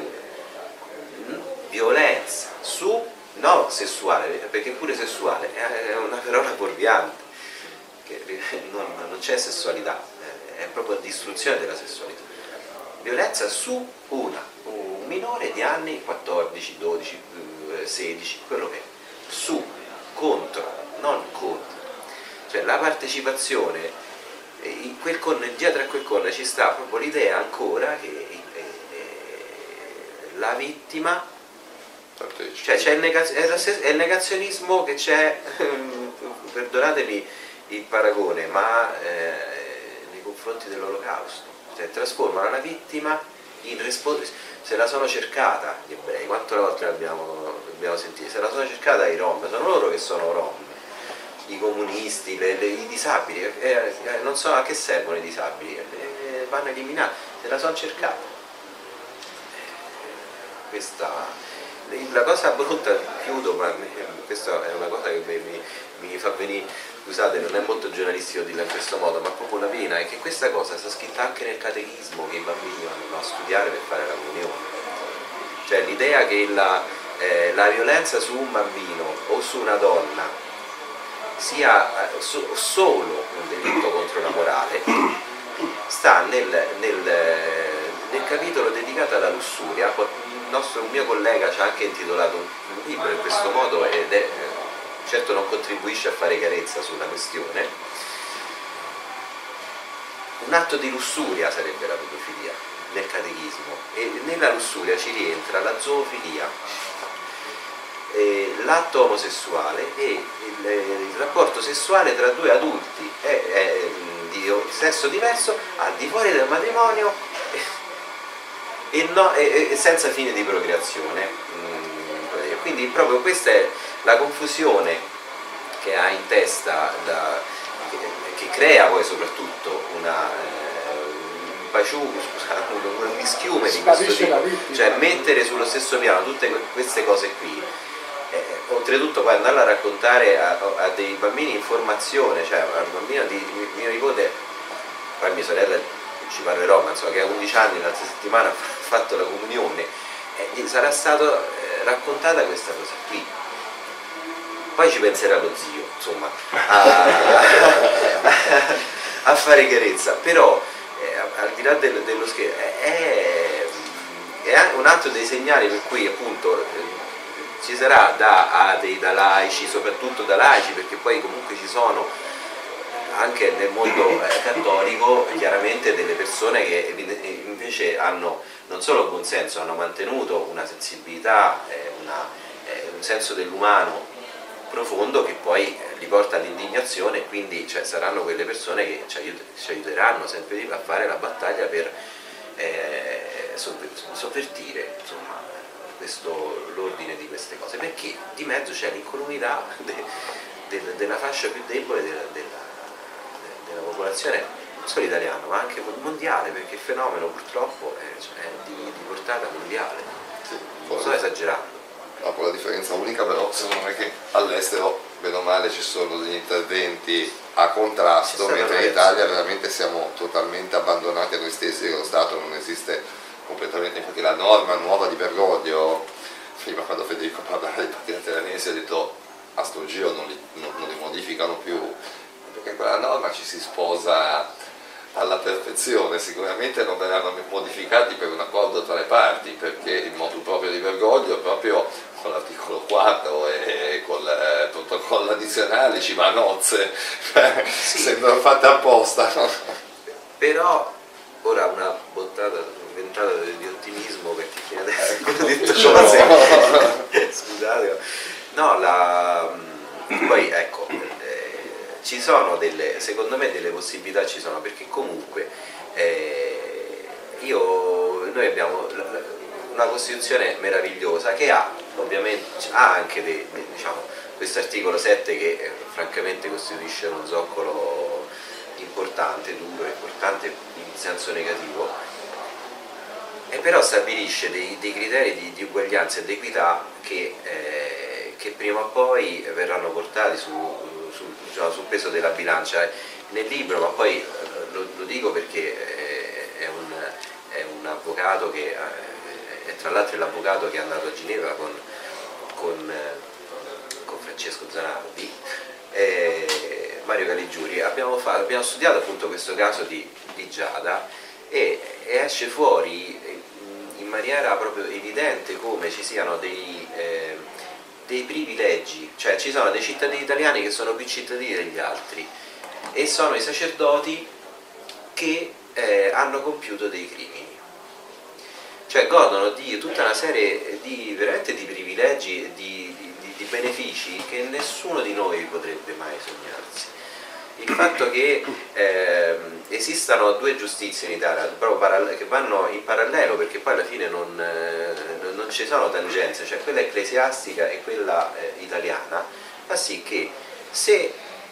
violenza non sessuale, perché pure sessuale è una parola fuorviante, che non c'è sessualità, è proprio distruzione della sessualità. Violenza su un minore di anni 14, 12, 16, quello che è, contro, non contro. Cioè la partecipazione, dietro a quel con ci sta proprio l'idea ancora che la vittima, cioè c'è è il negazionismo che c'è, perdonatemi il paragone, ma nei confronti dell'Olocausto, cioè trasformano la vittima in responsabile. Se la sono cercata gli ebrei, quante volte l'abbiamo sentito, se la sono cercata i rom, sono loro che sono rom, i comunisti, i disabili, non so a che servono i disabili, vanno eliminati, se la sono cercata. La cosa brutta, chiudo, ma questa è una cosa che mi fa venire, scusate, non è molto giornalistico dirla in questo modo, ma proprio la pena è che questa cosa sta scritta anche nel catechismo che i bambini vanno a studiare per fare la comunione. Cioè l'idea che la violenza su un bambino o su una donna sia solo un delitto contro la morale sta nel capitolo dedicato alla lussuria. Un mio collega ci ha anche intitolato un libro in questo modo, ed certo non contribuisce a fare chiarezza sulla questione. Un atto di lussuria sarebbe la pedofilia nel catechismo, e nella lussuria ci rientra la zoofilia. l'atto omosessuale e il rapporto sessuale tra due adulti di sesso diverso al di fuori del matrimonio e senza fine di procreazione. Quindi proprio questa è la confusione che ha in testa, che crea poi soprattutto un mischiume di questo tipo, cioè mettere sullo stesso piano tutte queste cose qui, oltretutto poi andarla a raccontare a dei bambini in formazione, cioè al bambino di mio nipote, poi mia sorella ci parlerò, ma insomma, che a 11 anni l'altra settimana ha fatto la comunione, gli sarà stata raccontata questa cosa qui. Poi ci penserà lo zio, insomma, a fare chiarezza, però al di là dello scherzo è un altro dei segnali per cui appunto ci sarà da laici, soprattutto da laici, perché poi comunque ci sono anche nel mondo cattolico chiaramente delle persone che invece hanno non solo buon senso, hanno mantenuto una sensibilità, un senso dell'umano profondo che poi li porta all'indignazione, e quindi cioè, saranno quelle persone che ci aiuteranno sempre di più a fare la battaglia per sovvertire insomma, l'ordine di queste cose, perché di mezzo c'è l'incolumità della fascia più debole della popolazione, non solo italiana ma anche mondiale, perché il fenomeno purtroppo è di portata mondiale. Sì, non sto esagerando. No, con la differenza unica però secondo me che all'estero bene o male ci sono degli interventi a contrasto, mentre in Italia veramente siamo totalmente abbandonati a noi stessi, lo Stato non esiste completamente, perché la norma nuova di Bergoglio, prima quando Federico parlava dei partiti teranesi ha detto a sto giro non li modificano più, perché quella norma ci si sposa alla perfezione, sicuramente non verranno modificati per un accordo tra le parti, perché il motu proprio di Bergoglio proprio con l'articolo 4 e con il protocollo addizionale ci va a nozze, sì. Sembrano fatte apposta, no? Però ora una ventata di ottimismo, perché fino adesso ho detto cose scusate, no, poi ecco, ci sono secondo me delle possibilità, ci sono, perché comunque noi abbiamo una Costituzione meravigliosa che ovviamente ha anche diciamo, questo articolo 7 che francamente costituisce uno zoccolo importante, duro, importante in senso negativo, e però stabilisce dei criteri di uguaglianza e di equità che prima o poi verranno portati sul peso della bilancia. Nel libro, ma poi lo dico perché è un avvocato che tra l'altro è l'avvocato che è andato a Ginevra con Francesco Zanardi, Mario Caligiuri, abbiamo studiato appunto questo caso di Giada, e esce fuori in maniera proprio evidente come ci siano dei privilegi, cioè ci sono dei cittadini italiani che sono più cittadini degli altri, e sono i sacerdoti che hanno compiuto dei crimini, cioè godono di tutta una serie veramente di privilegi e di benefici che nessuno di noi potrebbe mai sognarsi. Il fatto che esistano due giustizie in Italia proprio che vanno in parallelo, perché poi alla fine non ci sono tangenze, cioè quella ecclesiastica e quella italiana, fa sì che se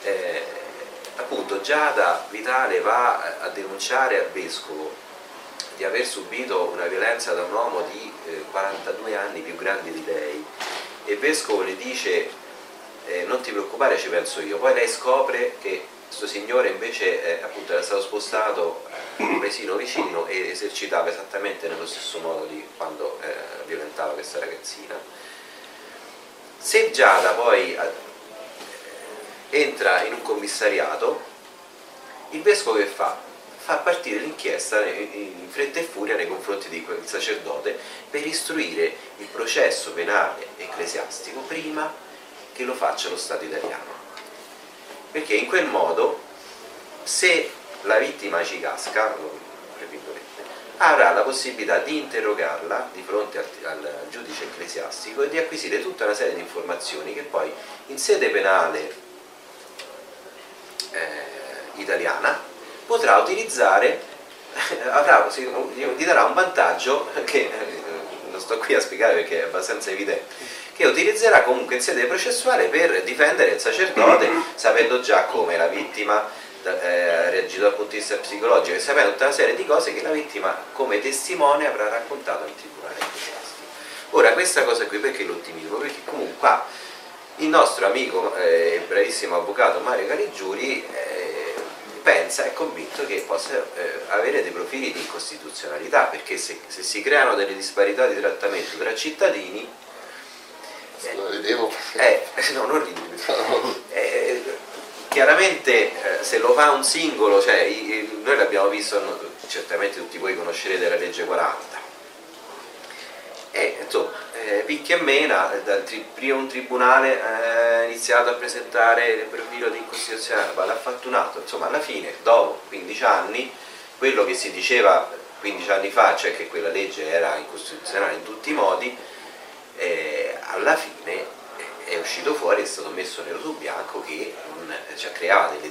appunto Giada Vitale va a denunciare al vescovo di aver subito una violenza da un uomo di 42 anni più grande di lei, e il vescovo le dice non ti preoccupare, ci penso io, poi lei scopre che questo signore invece appunto era stato spostato in un paesino vicino e esercitava esattamente nello stesso modo di quando violentava questa ragazzina. Se Giada poi entra in un commissariato, il vescovo che fa? Fa partire l'inchiesta in fretta e furia nei confronti di quel sacerdote per istruire il processo penale ecclesiastico prima che lo faccia lo Stato italiano, perché in quel modo, se la vittima ci casca, avrà la possibilità di interrogarla di fronte al giudice ecclesiastico e di acquisire tutta una serie di informazioni che poi in sede penale italiana potrà utilizzare, gli darà un vantaggio che non sto qui a spiegare perché è abbastanza evidente, che utilizzerà comunque in sede processuale per difendere il sacerdote, sapendo già come la vittima ha reagito dal punto di vista psicologico e sapendo tutta una serie di cose che la vittima come testimone avrà raccontato in tribunale ecclesiastico. Ora questa cosa qui perché l'ottimismo? Perché comunque il nostro amico e bravissimo avvocato Mario Caligiuri pensa, è convinto che possa avere dei profili di incostituzionalità, perché se si creano delle disparità di trattamento tra cittadini, lo vedevo. No, non ridi. Chiaramente se lo fa un singolo, cioè noi l'abbiamo visto, certamente tutti voi conoscerete la legge 40, insomma, picchi e mena, prima un tribunale ha iniziato a presentare il profilo di incostituzionalità, poi l'ha fatto un altro, insomma alla fine, dopo 15 anni, quello che si diceva 15 anni fa, cioè che quella legge era incostituzionale in tutti i modi, alla fine è uscito fuori, è stato messo nero su bianco che creava delle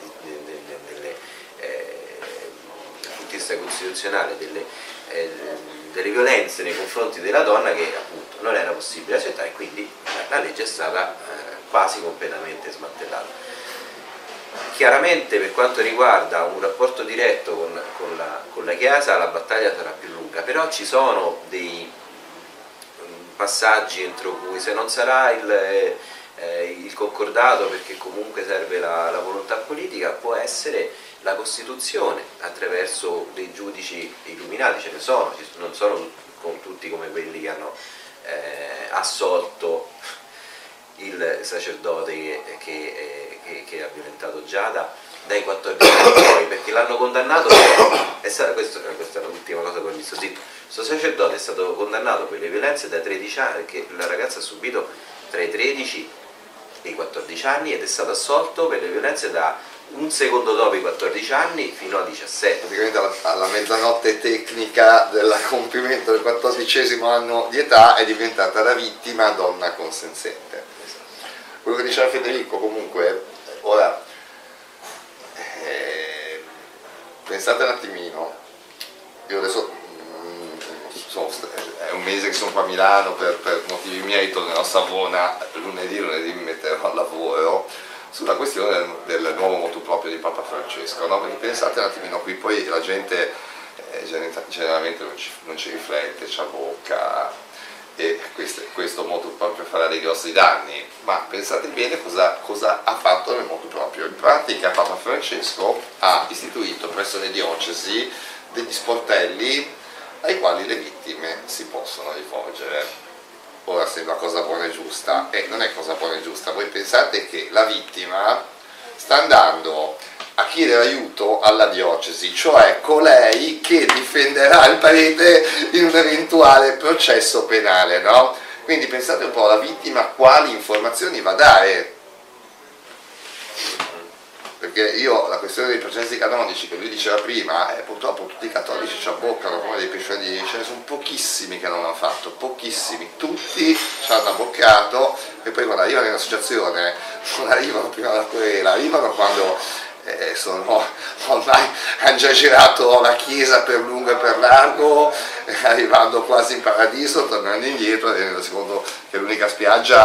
dal punto di vista costituzionale delle violenze nei confronti della donna che appunto non era possibile accettare, e quindi la legge è stata quasi completamente smantellata. Chiaramente per quanto riguarda un rapporto diretto con la Chiesa la battaglia sarà più lunga, però ci sono dei passaggi entro cui, se non sarà il concordato, perché comunque serve la volontà politica, può essere la Costituzione attraverso dei giudici illuminati, ce ne sono, non sono tutti come quelli che hanno assolto il sacerdote che ha violentato Giada dai 14 anni poi, perché l'hanno condannato questa è l'ultima cosa che ho visto zitto. Questo sacerdote è stato condannato per le violenze da 13 anni, che la ragazza ha subito tra i 13 e i 14 anni, ed è stato assolto per le violenze da un secondo dopo i 14 anni fino a 17. Praticamente alla mezzanotte tecnica del compimento del 14° anno di età è diventata la vittima donna consenziente. Quello che diceva Federico comunque, ora pensate un attimino, io adesso è un mese che sono qua a Milano per motivi miei, tornerò a Savona lunedì mi metterò al lavoro sulla questione del nuovo motu proprio di Papa Francesco, no? Perché pensate un attimino, qui poi la gente generalmente non ci riflette, ci abbocca, e questo motu proprio farà dei grossi danni, ma pensate bene cosa ha fatto nel motu proprio. In pratica Papa Francesco ha istituito presso le diocesi degli sportelli ai quali le vittime si possono rivolgere. Ora sembra cosa buona e giusta, e non è cosa buona e giusta. Voi pensate che la vittima sta andando a chiedere aiuto alla diocesi, cioè colei che difenderà il prete in un eventuale processo penale, no? Quindi pensate un po' alla vittima quali informazioni va a dare. Perché io la questione dei processi canonici che lui diceva prima, purtroppo tutti i cattolici ci abboccano come dei pesciolini, ce ne sono pochissimi che non l'hanno fatto, pochissimi, tutti ci hanno abboccato, e poi quando arrivano in associazione non arrivano prima alla querela, arrivano quando ormai hanno già girato la chiesa per lungo e per largo, arrivando quasi in paradiso, tornando indietro e rendendo conto che l'unica spiaggia